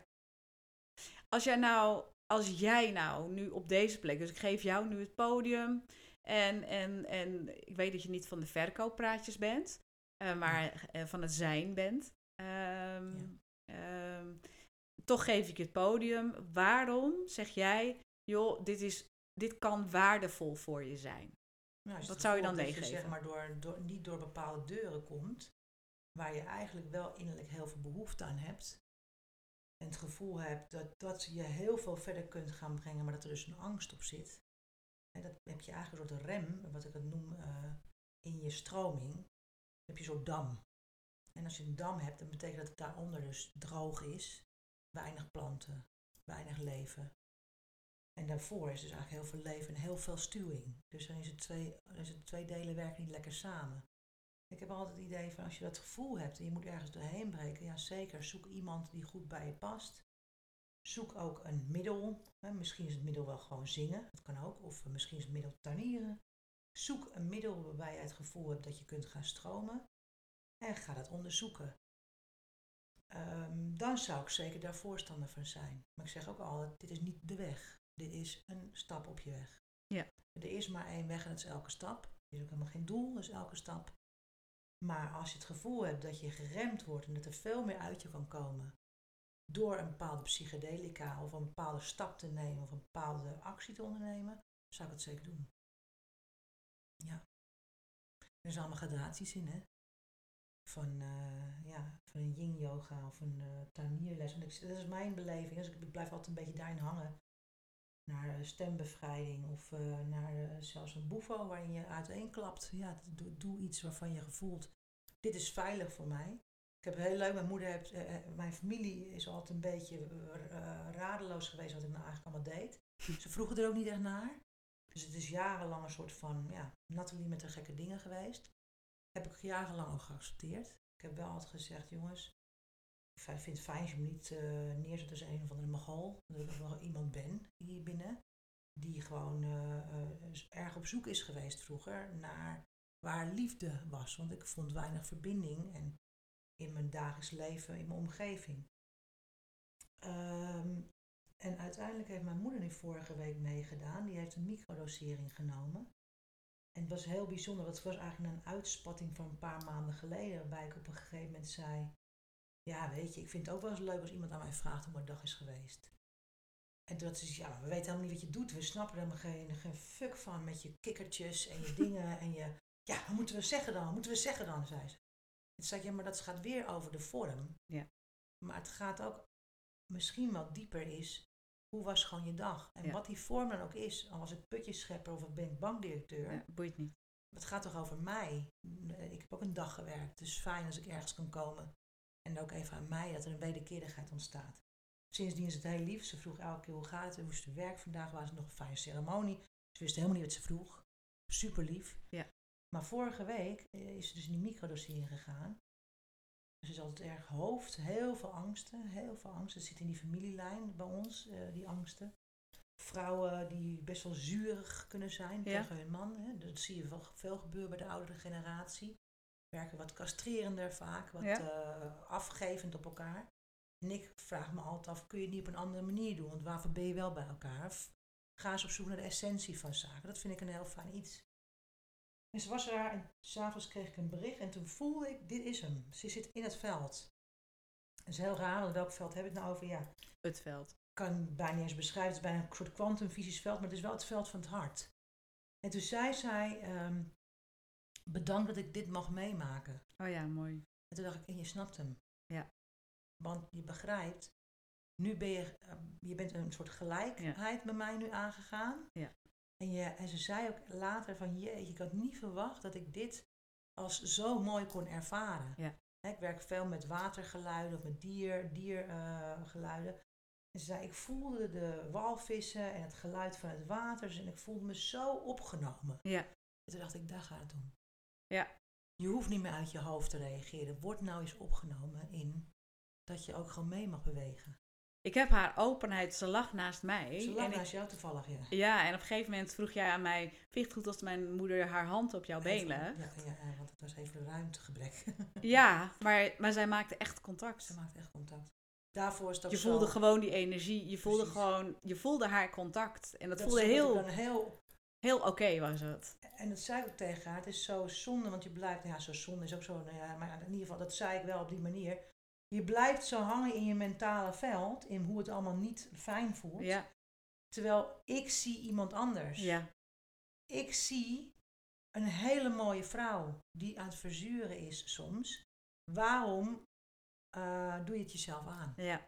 Als jij nou, als jij nou nu op deze plek, dus ik geef jou nu het podium en, en, en ik weet dat je niet van de verkooppraatjes bent, uh, maar uh, van het zijn bent. Um, ja. um, toch geef ik je het podium. Waarom zeg jij, joh, dit, is, dit kan waardevol voor je zijn? Nou, wat zou je dan meegeven? Dat je zeg maar door, door, niet door bepaalde deuren komt, waar je eigenlijk wel innerlijk heel veel behoefte aan hebt. En het gevoel hebt dat, dat je heel veel verder kunt gaan brengen, maar dat er dus een angst op zit. En dat heb je eigenlijk een soort rem, wat ik het noem, uh, in je stroming heb je zo'n dam. En als je een dam hebt, dan betekent dat het daaronder dus droog is. Weinig planten, weinig leven. En daarvoor is dus eigenlijk heel veel leven en heel veel stuwing. Dus dan is het twee, dan is het twee delen werken niet lekker samen. Ik heb altijd het idee van als je dat gevoel hebt en je moet ergens doorheen breken, ja zeker, zoek iemand die goed bij je past. Zoek ook een middel. Hè. Misschien is het middel wel gewoon zingen, dat kan ook. Of misschien is het middel tuinieren. Zoek een middel waarbij je het gevoel hebt dat je kunt gaan stromen. En ga dat onderzoeken. Um, dan zou ik zeker daar voorstander van zijn. Maar ik zeg ook altijd, dit is niet de weg. Dit is een stap op je weg. Ja. Er is maar één weg en dat is elke stap. Er is ook helemaal geen doel, dat is elke stap. Maar als je het gevoel hebt dat je geremd wordt en dat er veel meer uit je kan komen door een bepaalde psychedelica of een bepaalde stap te nemen of een bepaalde actie te ondernemen, zou ik het zeker doen. Ja. Er zijn allemaal gradaties in, hè. Van, uh, ja, van een yin yoga of een uh, tuinierles. En ik, dat is mijn beleving. Dus ik blijf altijd een beetje daarin hangen. Naar uh, stembevrijding of uh, naar uh, zelfs een boefo waarin je uiteenklapt. Ja, doe, doe iets waarvan je gevoelt, dit is veilig voor mij. Ik heb heel leuk, mijn moeder heeft, uh, mijn familie is altijd een beetje uh, radeloos geweest wat ik nou eigenlijk allemaal deed. Ze vroegen er ook niet echt naar. Dus het is jarenlang een soort van, ja, Nathalie met de gekke dingen geweest. Heb ik jarenlang ook geaccepteerd. Ik heb wel altijd gezegd, jongens, ik vind het fijn als je me niet uh, neerzet als een of andere Mongool. Dat ik nog wel iemand ben hier binnen. Die gewoon uh, uh, erg op zoek is geweest vroeger naar waar liefde was. Want ik vond weinig verbinding en in mijn dagelijks leven, in mijn omgeving. Um, en uiteindelijk heeft mijn moeder nu vorige week meegedaan. Die heeft een microdosering genomen. En het was heel bijzonder, want het was eigenlijk een uitspatting van een paar maanden geleden, waarbij ik op een gegeven moment zei, ja weet je, ik vind het ook wel eens leuk als iemand aan mij vraagt hoe mijn dag is geweest. En toen had ze gezegd, ja, we weten helemaal niet wat je doet, we snappen er helemaal geen, geen fuck van met je kikkertjes en je dingen en je, ja, wat moeten we zeggen dan, wat moeten we zeggen dan, zei ze. En toen zei ik, ja, maar dat gaat weer over de vorm. Ja. Maar het gaat ook misschien wat dieper is, hoe was gewoon je dag? En ja. wat die vorm dan ook is, al was ik putjeschepper of ik ben bankdirecteur. Ja, boeit niet. Het gaat toch over mij. Ik heb ook een dag gewerkt. Het is fijn als ik ergens kan komen. En ook even aan mij dat er een wederkerigheid ontstaat. Sindsdien is het heel lief. Ze vroeg elke keer hoe gaat het. Hoe is het werk vandaag? Was het nog een fijne ceremonie? Ze wist helemaal niet wat ze vroeg. Super lief. Ja. Maar vorige week is ze dus in die microdosering gegaan. Ze is altijd erg hoofd. Heel veel angsten. Heel veel angsten. Het zit in die familielijn bij ons. Uh, die angsten. Vrouwen die best wel zuurig kunnen zijn ja. tegen hun man. Hè. Dat zie je wel veel gebeuren bij de oudere generatie. Werken wat castrerender vaak, wat ja. uh, afgevend op elkaar. En ik vraag me altijd af, kun je het niet op een andere manier doen? Want waarvoor ben je wel bij elkaar? Of ga eens op zoek naar de essentie van zaken. Dat vind ik een heel fijn iets. En ze was er daar en s'avonds kreeg ik een bericht en toen voelde ik, dit is hem. Ze zit in het veld. Dat is heel raar, want welk veld heb ik het nou over? Ja. Het veld. Kan ik bijna niet eens beschrijven. Het is bijna een soort kwantumfysisch veld, maar het is wel het veld van het hart. En toen zei zij, um, bedankt dat ik dit mag meemaken. Oh ja, mooi. En toen dacht ik, en je snapt hem. Ja. Want je begrijpt, nu ben je, uh, je bent een soort gelijkheid ja. met mij nu aangegaan. Ja. En, je, en ze zei ook later van, jeetje, ik had niet verwacht dat ik dit als zo mooi kon ervaren. Ja. He, ik werk veel met watergeluiden of met dier, diergeluiden. Uh, En ze zei, ik voelde de walvissen en het geluid van het water. En ik voelde me zo opgenomen. Ja. En toen dacht ik, daar gaat het om. Ja. Je hoeft niet meer uit je hoofd te reageren. Word nou eens opgenomen in dat je ook gewoon mee mag bewegen. Ik heb haar openheid, ze lag naast mij. Ze lag en naast ik, jou toevallig, ja. Ja, en op een gegeven moment vroeg jij aan mij, vind je het goed als mijn moeder haar hand op jouw been legt? Ja, ja, want het was even ruimtegebrek. Ja, maar, maar zij maakte echt contact. Ze maakte echt contact. Daarvoor is het ook je zo... voelde gewoon die energie, je voelde Precies. gewoon, je voelde haar contact. En dat, dat voelde heel, heel, heel oké okay was het. En dat zei ik ook tegen haar, het is zo zonde, want je blijft, nou ja, zo zonde is ook zo, nou ja, maar in ieder geval, dat zei ik wel op die manier. Je blijft zo hangen in je mentale veld, in hoe het allemaal niet fijn voelt. Ja. Terwijl ik zie iemand anders. Ja. Ik zie een hele mooie vrouw die aan het verzuren is soms. Waarom uh, doe je het jezelf aan? Ja.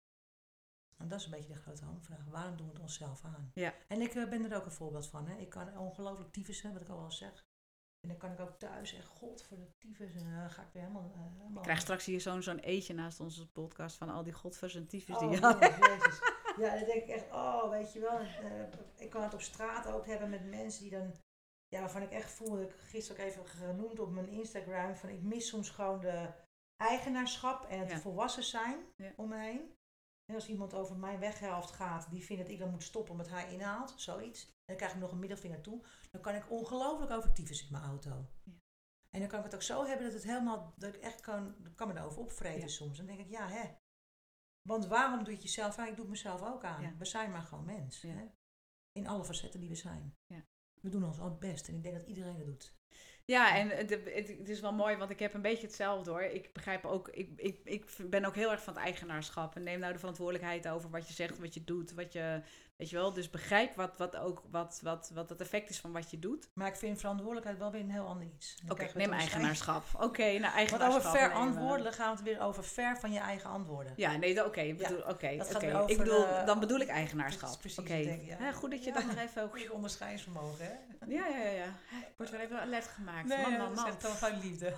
En dat is een beetje de grote hamvraag. Waarom doen we het onszelf aan? Ja. En ik uh, ben er ook een voorbeeld van. Hè. Ik kan ongelooflijk tyfussen, wat ik al wel zeg. En dan kan ik ook thuis echt, god voor de tyfus. En dan ga ik weer helemaal... Uh, helemaal Ik krijg straks hier zo'n, zo'n eetje naast onze podcast van al die godvers en tyfus oh, die je jongens, jezus. Ja, dan denk ik echt, oh, weet je wel. Uh, ik kan het op straat ook hebben met mensen die dan... Ja, waarvan ik echt voel, dat ik gisteren ook even genoemd op mijn Instagram, van ik mis soms gewoon de eigenaarschap en het ja. volwassen zijn ja. om me heen. En als iemand over mijn weghelft gaat, die vindt dat ik dan moet stoppen omdat hij inhaalt, zoiets. En dan krijg ik nog een middelvinger toe. Dan kan ik ongelooflijk over tyfus in mijn auto. Ja. En dan kan ik het ook zo hebben dat het helemaal, dat ik echt kan, kan me erover opvreten ja. soms. Dan denk ik, ja hè. Want waarom doe je het jezelf aan? Ik doe het mezelf ook aan. Ja. We zijn maar gewoon mens. Ja. Hè? In alle facetten die we zijn. Ja. We doen ons al het best en ik denk dat iedereen dat doet. Ja, en het, het, het is wel mooi, want ik heb een beetje hetzelfde hoor. Ik begrijp ook, ik, ik, ik ben ook heel erg van het eigenaarschap. En neem nou de verantwoordelijkheid over wat je zegt, wat je doet, wat je, weet je wel. Dus begrijp wat, wat ook, wat, wat, wat het effect is van wat je doet. Maar ik vind verantwoordelijkheid wel weer een heel ander iets. Oké, okay, neem eigenaarschap. Oké, okay, nou eigenaarschap. Want over verantwoordelijk gaan we het weer over ver van je eigen antwoorden. Ja, nee, oké, okay, bedoel, ja, oké, okay, okay. Ik bedoel, de, dan bedoel ik eigenaarschap. Oké, okay. ja. Goed dat je ja. dat nog even... Goed onderscheidingsvermogen, hè? Ja, ja, ja, ja. Ik word weer even alert gemaakt. Nee, man, ja, man, man. Dat is echt van liefde.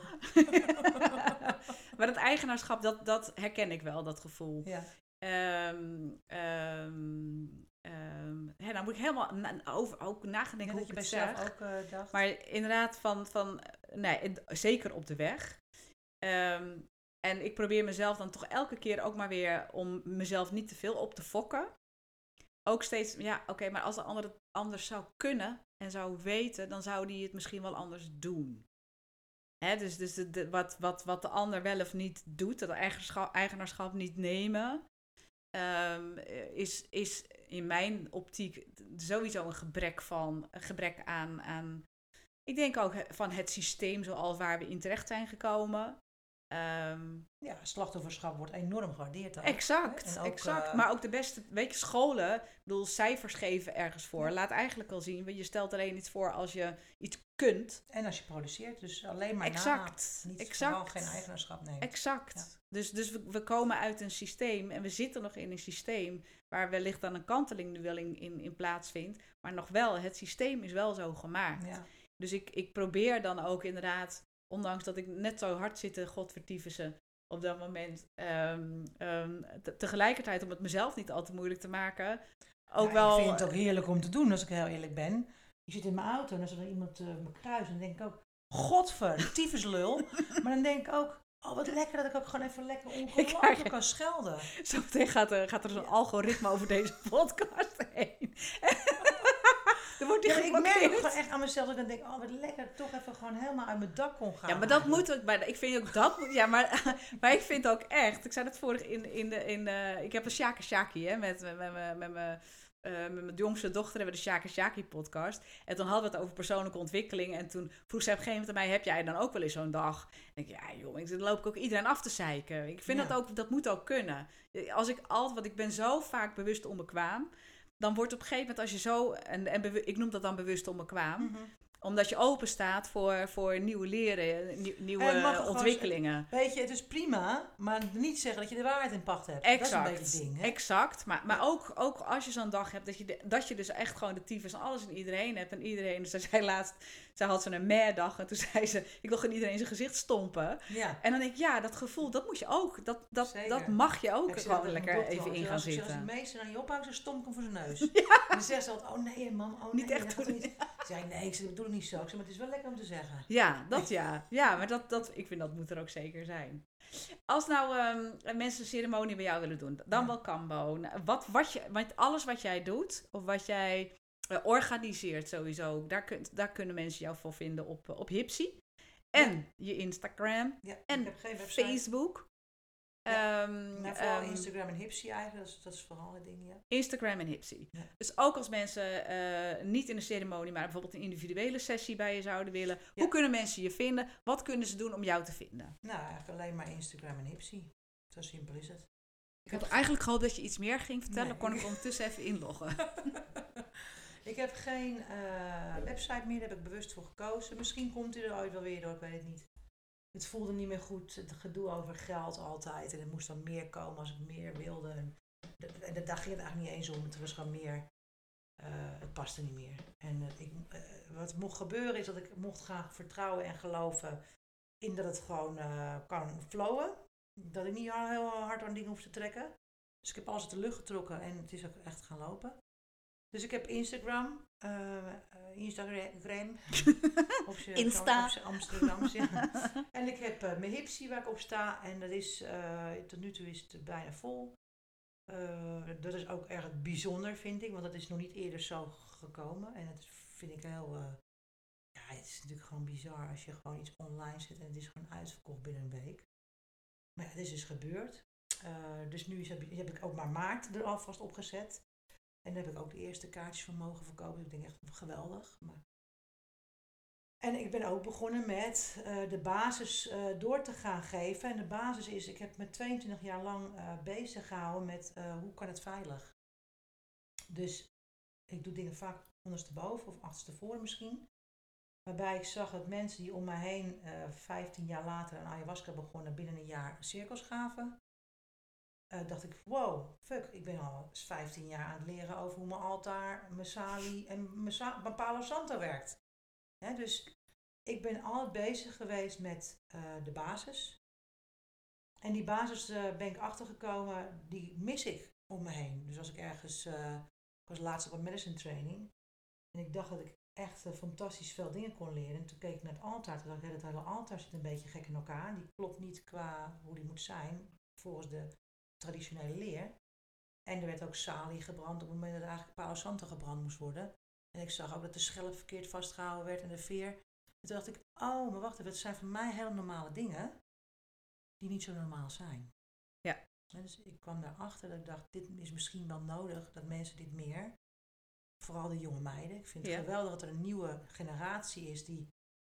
Maar dat eigenaarschap, dat, dat herken ik wel, dat gevoel. Ja. Um, um, um, hè, nou moet ik helemaal na, over, ook nagedenken ja, hoe dat je ik het bij zeg. zelf ook uh, dacht. Maar inderdaad, van, van nee, zeker op de weg. Um, en ik probeer mezelf dan toch elke keer ook maar weer om mezelf niet te veel op te fokken. Ook steeds, ja, oké, okay, maar als de ander het anders zou kunnen en zou weten, dan zou die het misschien wel anders doen. Hè, dus dus de, de, wat, wat, wat de ander wel of niet doet, dat eigenaarschap, eigenaarschap niet nemen, um, is, is in mijn optiek sowieso een gebrek van, een gebrek aan, aan, ik denk ook van het systeem zoals waar we in terecht zijn gekomen. Um, ja, slachtofferschap wordt enorm gewaardeerd. Ook, exact, ook, exact. Uh... Maar ook de beste, weet je, scholen, ik bedoel, cijfers geven ergens voor. Ja. Laat eigenlijk al zien, je stelt alleen iets voor als je iets kunt. En als je produceert, dus alleen maar exact, na, niet exact. vooral geen eigenaarschap neemt. Exact. Ja. Dus, dus we, we komen uit een systeem en we zitten nog in een systeem waar wellicht dan een kanteling nu wel in, in, in plaatsvindt. Maar nog wel, het systeem is wel zo gemaakt. Ja. Dus ik, ik probeer dan ook inderdaad, ondanks dat ik net zo hard zit te godvertyfussen op dat moment, um, um, te, tegelijkertijd om het mezelf niet al te moeilijk te maken. Ook ja, wel, ik vind het ook heerlijk om te doen, als ik heel eerlijk ben. Je zit in mijn auto en als er dan iemand uh, me kruist, dan denk ik ook, godver, tyfuslul. Maar dan denk ik ook, oh wat lekker dat ik ook gewoon even lekker ongelooflijk kan schelden. Zometeen gaat er, gaat er zo'n ja. algoritme over deze podcast heen. Er wordt ja, ik merk ook gewoon echt aan mezelf dat ik dan denk, oh wat lekker, toch even gewoon helemaal uit mijn dak kon gaan. Ja, maar dat moet ook, maar ik vind ook dat moet, ja, maar, maar ik vind ook echt, ik zei dat vorig in, in de, in de, ik heb een Shaka Shaki, hè, met, met, met, met, met mijn Uh, met mijn jongste dochter hebben we de Shaka Shaki podcast. En toen hadden we het over persoonlijke ontwikkeling. En toen vroeg ze op een gegeven moment aan mij, heb jij dan ook wel eens zo'n dag? En ik ja joh, dan loop ik ook iedereen af te zeiken. Ik vind ja. dat ook, dat moet ook kunnen. Als ik altijd, want ik ben zo vaak bewust onbekwaam. Dan wordt op een gegeven moment als je zo, en, en bewu- ik noem dat dan bewust onbekwaam. Mm-hmm. Omdat je open staat voor, voor nieuwe leren, nieuw, nieuwe ontwikkelingen. Gewoon, weet je, het is prima, maar niet zeggen dat je de waarheid in pacht hebt. Exact, dat is een beetje het ding. Hè? Exact, maar, maar ook, ook als je zo'n dag hebt, dat je, de, dat je dus echt gewoon de tyfus en alles in iedereen hebt. En iedereen, dus zij zei laatst, zij had zo'n meh-dag en toen zei ze, ik wil gewoon iedereen zijn gezicht stompen. Ja. En dan denk ik, ja, dat gevoel, dat moet je ook, dat, dat, dat mag je ook gewoon lekker even in gaan zitten. Als de meester aan je ophoudt, ze stompt hem voor zijn neus. Ja. En dan zegt ze altijd, oh nee man, oh nee. Niet echt dat niet. Zei nee, ik bedoel het niet zo. Ik zei, maar het is wel lekker om te zeggen. Ja, dat ja. Ja, maar dat, dat, ik vind dat moet er ook zeker zijn. Als nou um, mensen een ceremonie bij jou willen doen, dan ja. wel Kambo. Wat, wat je, want alles wat jij doet, of wat jij uh, organiseert sowieso, daar, kun, daar kunnen mensen jou voor vinden op, op Hipsy. En ja. je Instagram. Ja, en ik heb geen website. Facebook. Ja, um, maar vooral um, Instagram en Hipsy eigenlijk, dat is, dat is vooral het ding, ja. Instagram en Hipsy. Ja. Dus ook als mensen uh, niet in een ceremonie, maar bijvoorbeeld een individuele sessie bij je zouden willen. Ja. Hoe kunnen mensen je vinden? Wat kunnen ze doen om jou te vinden? Nou, eigenlijk alleen maar Instagram en Hipsy. Zo simpel is het. Ik had eigenlijk gehoopt dat je iets meer ging vertellen, nee. kon ik ondertussen even inloggen. Ik heb geen uh, website meer, daar heb ik bewust voor gekozen. Misschien komt hij er ooit wel weer door, ik weet het niet. Het voelde niet meer goed, het gedoe over geld altijd. En er moest dan meer komen als ik meer wilde. En de, de, daar ging het eigenlijk niet eens om. Het was gewoon meer uh, het paste niet meer. En uh, ik, uh, wat mocht gebeuren is dat ik mocht gaan vertrouwen en geloven in dat het gewoon uh, kan flowen. Dat ik niet heel hard aan dingen hoef te trekken. Dus ik heb alles uit de lucht getrokken en het is ook echt gaan lopen. Dus ik heb Instagram, uh, Instagram, op z'n, Insta, op z'n Amsterdams, ja. En ik heb uh, mijn Hipsy waar ik op sta en dat is, uh, tot nu toe is het bijna vol. Uh, dat is ook erg bijzonder, vind ik, want dat is nog niet eerder zo gekomen. En dat vind ik heel, uh, ja, het is natuurlijk gewoon bizar als je gewoon iets online zet en het is gewoon uitverkocht binnen een week. Maar ja, dit is dus gebeurd. Uh, dus nu is, heb, heb ik ook maar maart er alvast opgezet. En daar heb ik ook de eerste kaartjes van mogen verkopen. Dus ik denk echt geweldig. Maar... En ik ben ook begonnen met uh, de basis uh, door te gaan geven. En de basis is, ik heb me tweeëntwintig jaar lang uh, bezig gehouden met uh, hoe kan het veilig. Dus ik doe dingen vaak ondersteboven of achterstevoren misschien. Waarbij ik zag dat mensen die om mij heen uh, vijftien jaar later aan ayahuasca begonnen, binnen een jaar cirkels gaven. Uh, dacht ik, wow, fuck, ik ben al vijftien jaar aan het leren over hoe mijn altaar, mijn sali en mijn, sa- mijn Palo Santo werkt. Hè, dus ik ben altijd bezig geweest met uh, de basis. En die basis uh, ben ik achtergekomen, die mis ik om me heen. Dus als ik ergens, uh, ik was laatst op een medicine training. En ik dacht dat ik echt uh, fantastisch veel dingen kon leren. En toen keek ik naar het altaar. Toen dacht ik, ja, het hele altaar zit een beetje gek in elkaar. Die klopt niet qua hoe die moet zijn, volgens de traditionele leer. En er werd ook salie gebrand op het moment dat er eigenlijk Palo Santo gebrand moest worden. En ik zag ook dat de schelp verkeerd vastgehouden werd en de veer. En toen dacht ik, oh, maar wacht even, het zijn voor mij hele normale dingen die niet zo normaal zijn. Ja. En dus ik kwam daarachter dat ik dacht, dit is misschien wel nodig, dat mensen dit meer, vooral de jonge meiden. Ik vind het ja. geweldig dat er een nieuwe generatie is die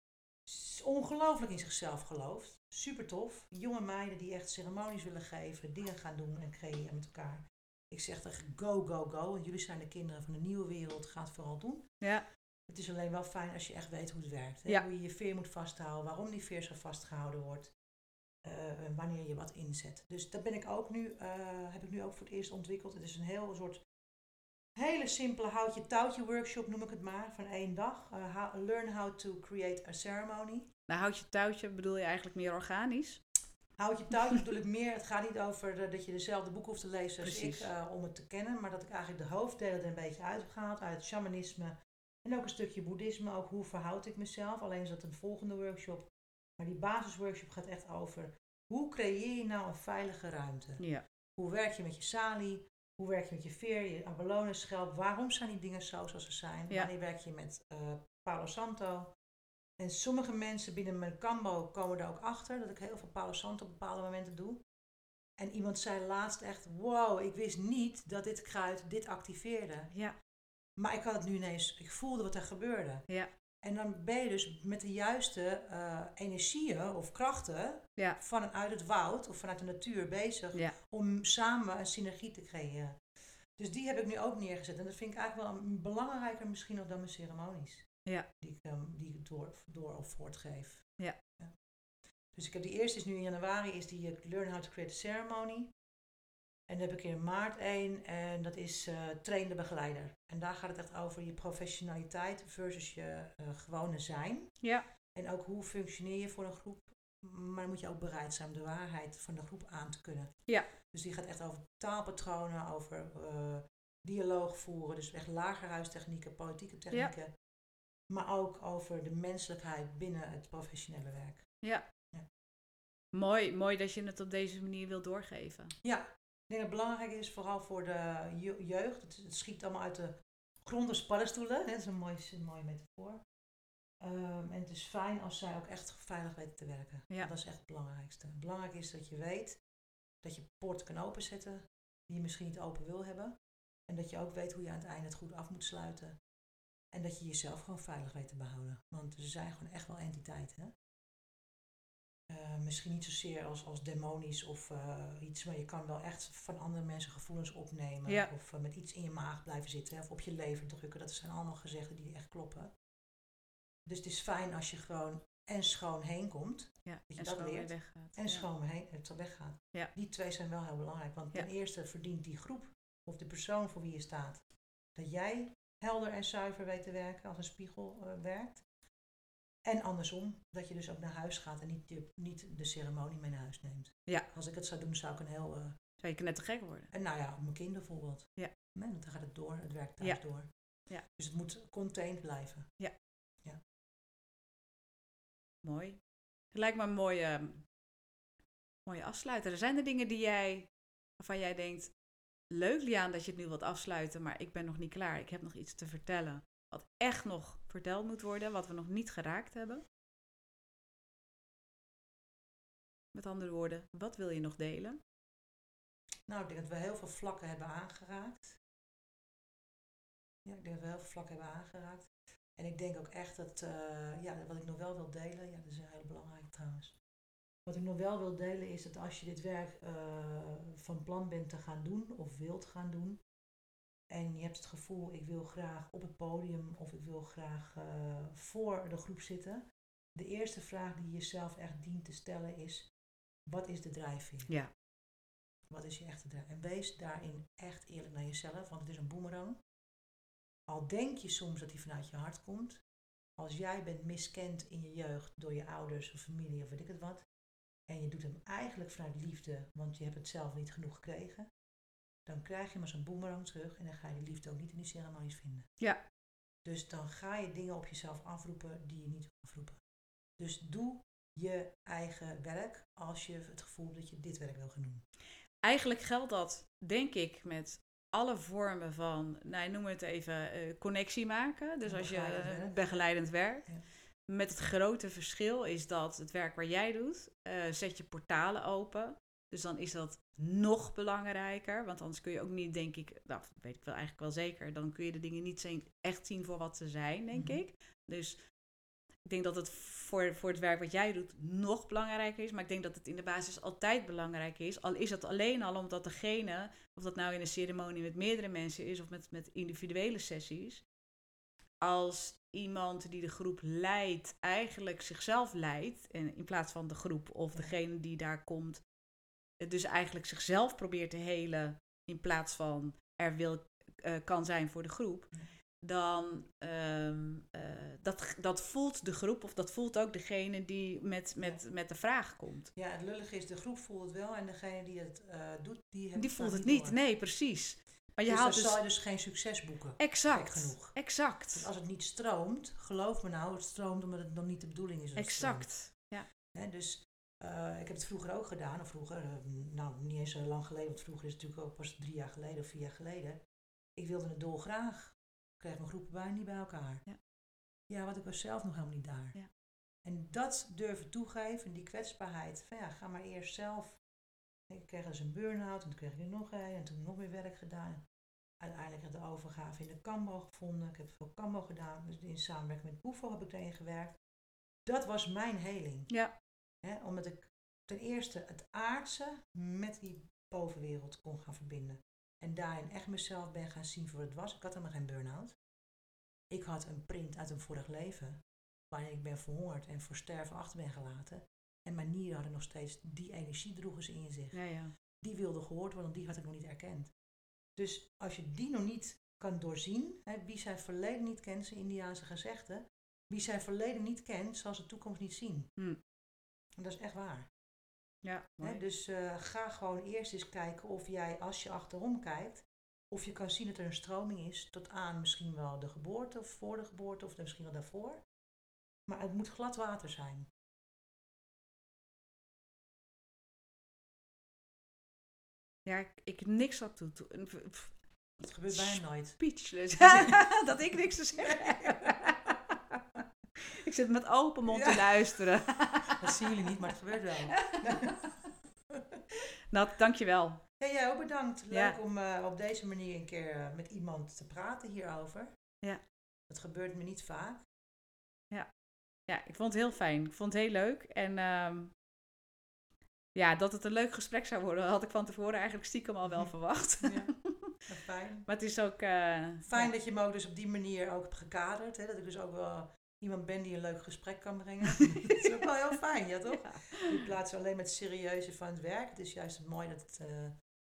ongelooflijk in zichzelf gelooft. Super tof. Jonge meiden die echt ceremonies willen geven, dingen gaan doen en creëren met elkaar. Ik zeg tegen go, go, go. Want jullie zijn de kinderen van de nieuwe wereld. Ga het vooral doen. Ja. Het is alleen wel fijn als je echt weet hoe het werkt. Hè? Ja. Hoe je je veer moet vasthouden. Waarom die veer zo vastgehouden wordt. Uh, wanneer je wat inzet. Dus dat ben ik ook nu, uh, heb ik nu ook voor het eerst ontwikkeld. Het is een heel soort hele simpele houtje touwtje workshop noem ik het maar. Van één dag. Uh, how, learn how to create a ceremony. Nou, houtje touwtje bedoel je eigenlijk meer organisch? Houtje touwtje bedoel ik meer. Het gaat niet over uh, dat je dezelfde boek hoeft te lezen als Precies. ik uh, om het te kennen. Maar dat ik eigenlijk de hoofddelen er een beetje uit heb gehaald. Uit het shamanisme. En ook een stukje boeddhisme. Ook hoe verhoud ik mezelf. Alleen is dat een volgende workshop. Maar die basisworkshop gaat echt over. Hoe creëer je nou een veilige ruimte? Ja. Hoe werk je met je sali? Hoe werk je met je veer, je abalone schelp? Waarom zijn die dingen zo zoals ze zijn? Ja. Wanneer werk je met uh, Palo Santo? En sommige mensen binnen mijn kambo komen er ook achter dat ik heel veel Palo Santo op bepaalde momenten doe. En iemand zei laatst echt, wow, ik wist niet dat dit kruid dit activeerde. Ja. Maar ik had het nu ineens, ik voelde wat er gebeurde. Ja. En dan ben je dus met de juiste uh, energieën of krachten ja. vanuit het woud of vanuit de natuur bezig ja. om samen een synergie te creëren. Dus die heb ik nu ook neergezet. En dat vind ik eigenlijk wel een, belangrijker misschien nog dan mijn ceremonies. Ja. Die ik, um, die ik door, door of voortgeef. Ja. Ja. Dus ik heb die eerste is nu in januari, is die uh, Learn How to Create a Ceremony. En dan heb ik in maart één en dat is uh, train de begeleider. En daar gaat het echt over je professionaliteit versus je uh, gewone zijn. Ja. En ook hoe functioneer je voor een groep. Maar dan moet je ook bereid zijn om de waarheid van de groep aan te kunnen. Ja. Dus die gaat echt over taalpatronen, over uh, dialoog voeren. Dus echt lagerhuistechnieken, politieke technieken. Ja. Maar ook over de menselijkheid binnen het professionele werk. Ja. ja. Mooi, mooi dat je het op deze manier wilt doorgeven. Ja, ik denk dat het belangrijk is vooral voor de je- jeugd. Het, het schiet allemaal uit de grond als paddenstoelen. Dat is een mooie, een mooie metafoor. Um, en het is fijn als zij ook echt veilig weten te werken. Ja. Dat is echt het belangrijkste. Belangrijk is dat je weet dat je poorten kan openzetten die je misschien niet open wil hebben. En dat je ook weet hoe je aan het einde het goed af moet sluiten. En dat je jezelf gewoon veilig weet te behouden. Want ze zijn gewoon echt wel entiteiten. Hè? Uh, misschien niet zozeer als, als demonisch of uh, iets, maar je kan wel echt van andere mensen gevoelens opnemen. Ja. Of uh, met iets in je maag blijven zitten. Hè? Of op je lever drukken. Dat zijn allemaal gezegden die echt kloppen. Dus het is fijn als je gewoon en schoon heen komt. Ja, dat je en dat schoon leert. weggaat. En ja. schoon heen, het weggaat. Ja. Die twee zijn wel heel belangrijk. Want ja. ten eerste verdient die groep of de persoon voor wie je staat dat jij helder en zuiver weet te werken, als een spiegel uh, werkt. En andersom, dat je dus ook naar huis gaat en niet de, niet de ceremonie mee naar huis neemt. Ja. Als ik het zou doen, zou ik een heel... Uh, zou je net te gek worden? En nou ja, mijn kind bijvoorbeeld. Ja. Nee, want dan gaat het door, het werkt thuis ja. door. Ja. Dus het moet contained blijven. Ja. ja. Mooi. Het lijkt me een mooie, mooie afsluiter. Er zijn er dingen die jij, waarvan jij denkt, leuk Liaan dat je het nu wilt afsluiten, maar ik ben nog niet klaar. Ik heb nog iets te vertellen. Wat echt nog verteld moet worden, wat we nog niet geraakt hebben. Met andere woorden, wat wil je nog delen? Nou, ik denk dat we heel veel vlakken hebben aangeraakt. Ja, ik denk dat we heel veel vlakken hebben aangeraakt. En ik denk ook echt dat, uh, ja, wat ik nog wel wil delen, ja, dat is heel belangrijk trouwens. Wat ik nog wel wil delen is dat als je dit werk uh, van plan bent te gaan doen of wilt gaan doen. En je hebt het gevoel, ik wil graag op het podium of ik wil graag uh, voor de groep zitten. De eerste vraag die je jezelf echt dient te stellen is, wat is de drijfveer? Ja. Wat is je echte drijfveer? En wees daarin echt eerlijk naar jezelf, want het is een boemerang. Al denk je soms dat die vanuit je hart komt. Als jij bent miskend in je jeugd door je ouders of familie of weet ik het wat. En je doet hem eigenlijk vanuit liefde, want je hebt het zelf niet genoeg gekregen. Dan krijg je hem als een boemerang terug en dan ga je die liefde ook niet in die ceremonies vinden. Ja. Dus dan ga je dingen op jezelf afroepen die je niet wil afroepen. Dus doe je eigen werk als je het gevoel hebt dat je dit werk wil gaan doen. Eigenlijk geldt dat, denk ik, met alle vormen van, nou, noem het even, uh, connectie maken. Dus als je uh, begeleidend werk. Ja. Met het grote verschil is dat het werk waar jij doet, uh, zet je portalen open. Dus dan is dat nog belangrijker. Want anders kun je ook niet, denk ik, nou, dat weet ik wel eigenlijk wel zeker. Dan kun je de dingen niet zien, echt zien voor wat ze zijn, denk mm-hmm. ik. Dus ik denk dat het voor, voor het werk wat jij doet nog belangrijker is. Maar ik denk dat het in de basis altijd belangrijk is. Al is het alleen al omdat degene, of dat nou in een ceremonie met meerdere mensen is of met, met individuele sessies. Als iemand die de groep leidt eigenlijk zichzelf leidt. En in plaats van de groep of degene die daar komt. Dus eigenlijk zichzelf probeert te helen in plaats van er wil, uh, kan zijn voor de groep. Dan um, uh, dat, dat voelt de groep of dat voelt ook degene die met, met, ja. met de vraag komt. Ja, het lullige is, de groep voelt het wel en degene die het uh, doet, die, die voelt het niet. Door. Nee, precies. Maar je dus haalt dan dus... zal je dus geen succes boeken. Exact. Genoeg. Exact. Dus als het niet stroomt, geloof me nou, het stroomt omdat het nog niet de bedoeling is. Exact. Ja. He, dus uh, ik heb het vroeger ook gedaan, of vroeger, uh, nou niet eens zo lang geleden, want vroeger is het natuurlijk ook pas drie jaar geleden of vier jaar geleden. Ik wilde het dolgraag. Ik kreeg mijn groepen bij niet bij elkaar. Ja. ja, want ik was zelf nog helemaal niet daar. Ja. En dat durven toegeven, die kwetsbaarheid. Van ja, ga maar eerst zelf. Ik kreeg dus een burn-out en toen kreeg ik er nog een en toen nog meer werk gedaan. Uiteindelijk heb ik de overgave in de Kambo gevonden. Ik heb veel Kambo gedaan. Dus in samenwerking met Boefo heb ik erin gewerkt. Dat was mijn heling. Ja. He, omdat ik ten eerste het aardse met die bovenwereld kon gaan verbinden. En daarin echt mezelf ben gaan zien voor wat het was. Ik had helemaal geen burn-out. Ik had een print uit een vorig leven. Waarin ik ben verhongerd en voor sterven achter ben gelaten. En mijn nieren hadden nog steeds die energie droegen ze in zich. Ja, ja. Die wilde gehoord worden, die had ik nog niet erkend. Dus als je die nog niet kan doorzien. Hè, wie zijn verleden niet kent, zijn Indiaanse gezegde. Wie zijn verleden niet kent, zal zijn toekomst niet zien. Hm. En dat is echt waar. Ja, He, dus uh, ga gewoon eerst eens kijken of jij, als je achterom kijkt, of je kan zien dat er een stroming is tot aan misschien wel de geboorte of voor de geboorte of misschien wel daarvoor. Maar het moet glad water zijn. Ja, ik, ik heb niks aan toe. toe. Het gebeurt bijna nooit. Speechless. Dat ik niks te zeggen. Ik zit met open mond ja. te luisteren. Dat zien jullie niet, maar het gebeurt wel. Nat, dankjewel. Ja, jij ook bedankt. Leuk ja. om uh, op deze manier een keer uh, met iemand te praten hierover. Ja. Dat gebeurt me niet vaak. Ja. Ja, ik vond het heel fijn. Ik vond het heel leuk. En um, ja, dat het een leuk gesprek zou worden, had ik van tevoren eigenlijk stiekem al wel verwacht. Ja. Fijn. Maar het is ook... Uh, fijn ja. dat je me ook dus op die manier ook hebt gekaderd. Hè? Dat ik dus ook wel iemand ben die een leuk gesprek kan brengen. Dat is ook wel heel fijn, ja toch? Ja. In plaats van alleen met het serieuze van het werk. Het is juist mooi dat het, uh,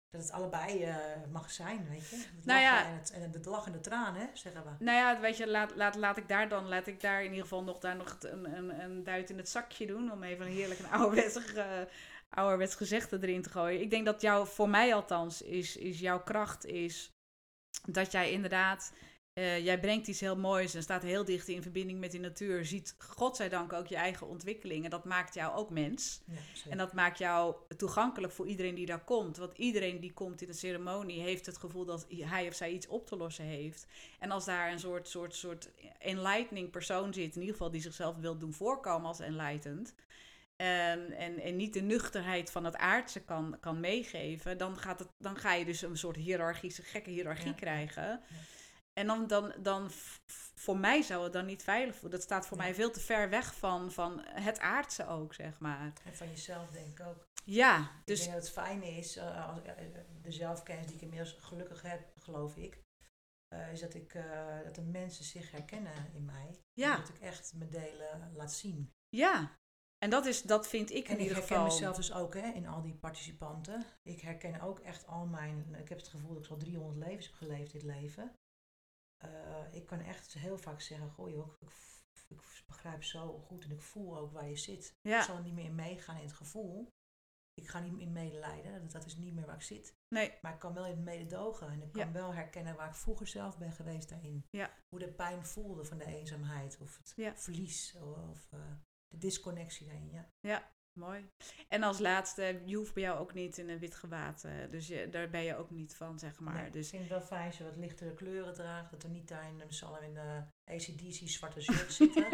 dat het allebei uh, mag zijn, weet je. Het nou lachen ja, en, het, en het lachen en de tranen, hè, zeggen we. Nou ja, weet je, laat, laat, laat ik daar dan, laat ik daar in ieder geval nog, daar nog een, een, een duit in het zakje doen. Om even een heerlijk een ouderwets, uh, ouderwets gezegde erin te gooien. Ik denk dat jou, voor mij althans, is, is jouw kracht is dat jij inderdaad, uh, jij brengt iets heel moois en staat heel dicht in verbinding met die natuur. Ziet godzijdank ook je eigen ontwikkeling. En dat maakt jou ook mens. Ja, en dat maakt jou toegankelijk voor iedereen die daar komt. Want iedereen die komt in de ceremonie heeft het gevoel dat hij of zij iets op te lossen heeft. En als daar een soort, soort, soort enlightening persoon zit, in ieder geval die zichzelf wil doen voorkomen als enlightened. En, en, en niet de nuchterheid van het aardse kan, kan meegeven, dan, gaat het, dan ga je dus een soort hiërarchische, gekke hiërarchie ja. krijgen. Ja. En dan, dan, dan, voor mij zou het dan niet veilig voelen. Dat staat voor ja. mij veel te ver weg van, van het aardse ook, zeg maar. En van jezelf denk ik ook. Ja. Dus ik denk dat het fijne is, uh, als, uh, de zelfkennis die ik inmiddels gelukkig heb, geloof ik, uh, is dat, ik uh, dat de mensen zich herkennen in mij. Ja. En dat ik echt mijn delen laat zien. Ja. En dat, is, dat vind ik en in ieder geval... En ik herken mezelf dus ook hè, in al die participanten. Ik herken ook echt al mijn... Ik heb het gevoel dat ik zo driehonderd levens heb geleefd dit leven. Uh, ik kan echt heel vaak zeggen... Goh joh, ik, ik begrijp zo goed en ik voel ook waar je zit. Ja. Ik zal er niet meer in meegaan in het gevoel. Ik ga niet in medelijden. Dat, dat is niet meer waar ik zit. Nee. Maar ik kan wel in het mededogen. En ik kan ja. wel herkennen waar ik vroeger zelf ben geweest daarin. Ja. Hoe de pijn voelde van de eenzaamheid. Of het ja. verlies. Of... Uh, de disconnectie daarin, ja. Ja, mooi. En als laatste, je hoeft bij jou ook niet in een wit gewaad. Uh, dus je, daar ben je ook niet van, zeg maar. Nee, dus... ik vind het wel fijn als je wat lichtere kleuren draagt. Dat er niet daar in z'n allen in de A C D C zwarte shirt zitten.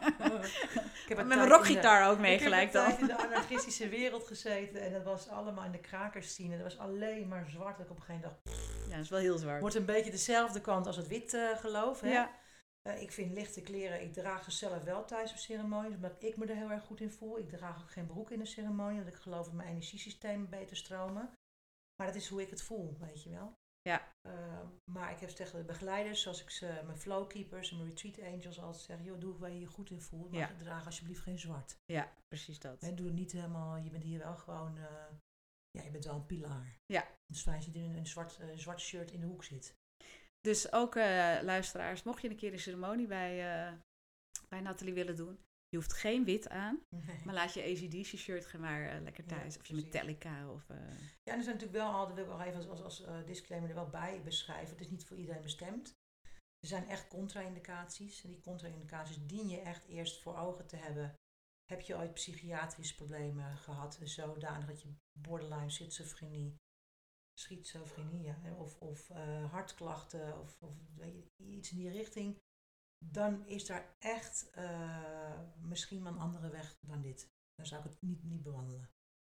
ik heb met mijn rockgitaar ook mee gelijk dan. Ik heb in de anarchistische wereld gezeten. En dat was allemaal in de krakers zien. En dat was alleen maar zwart. Dat ik op een gegeven moment dacht... Ja, dat is wel heel zwart. Wordt een beetje dezelfde kant als het wit uh, geloof, hè? Ja. Uh, ik vind lichte kleren, ik draag ze zelf wel thuis op ceremonies, omdat ik me er heel erg goed in voel. Ik draag ook geen broek in de ceremonie, want ik geloof in mijn energiesysteem beter stromen. Maar dat is hoe ik het voel, weet je wel. Ja. Uh, maar ik heb tegen de begeleiders, zoals ik ze, mijn flowkeepers en mijn retreat angels altijd zeg, joh, doe waar je je goed in voelt, maar ja. draag alsjeblieft geen zwart. Ja, precies dat. En doe het niet helemaal, je bent hier wel gewoon, uh, ja, je bent wel een pilaar. Ja. Het is fijn als je in een zwart, uh, zwart shirt in de hoek zit. Dus ook uh, luisteraars, mocht je een keer een ceremonie bij, uh, bij Nathalie willen doen, je hoeft geen wit aan, nee. maar laat je A C D C shirt gewoon maar uh, lekker thuis. Ja, of je Metallica of... Uh... Ja, en er zijn natuurlijk wel al, dat wil ik nog even als, als, als uh, disclaimer er wel bij beschrijven, het is niet voor iedereen bestemd. Er zijn echt contra-indicaties en die contra-indicaties dien je echt eerst voor ogen te hebben. Heb je ooit psychiatrische problemen gehad, zodanig dat je borderline schizofrenie, schizofrenie, ja, of, of uh, hartklachten of, of weet je, iets in die richting, dan is daar echt uh, misschien wel een andere weg dan dit. Dan zou ik het niet, niet bewandelen.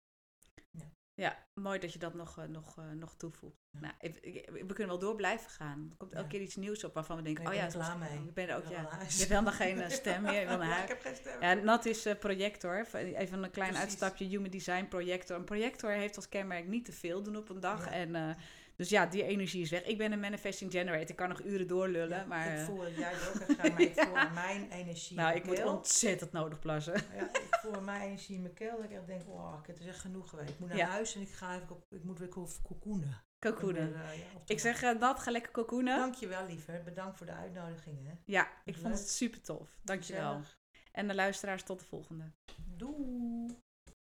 Ja. Ja, mooi dat je dat nog, uh, nog, uh, nog toevoegt. Ja. Nou, ik, ik, we kunnen wel door blijven gaan. Er komt elke ja. keer iets nieuws op waarvan we denken, nee, oh ja, ik ben er klaar mee. Ik ben er ook, ik ja. Je hebt helemaal geen uh, stem meer. Je wil naar huis. Ja, ik heb geen stem. Ja, Nat is uh, projector. Even een klein Precies. uitstapje. Human Design projector. Een projector heeft als kenmerk niet te veel doen op een dag. Ja. En, uh, dus ja, die energie is weg. Ik ben een manifesting generator. Ik kan nog uren doorlullen. Ja, maar, ik voel het, jij ook graag, maar ik voel mijn energie. Nou, ik moet ontzettend nodig plassen. Ja, ik voel mijn energie in mijn keel. Dat ik echt denk, oh, het is echt genoeg geweest. Ik moet naar ja. huis en ik ga even, ik moet weer cocoonen. Cocoonen. Uh, ja, ik zeg uh, Nat, ga lekker cocoonen. Dankjewel, lieverd. Bedankt voor de uitnodiging. Hè. Ja, ik vond het super tof. Dankjewel. En de luisteraars, tot de volgende. Doei.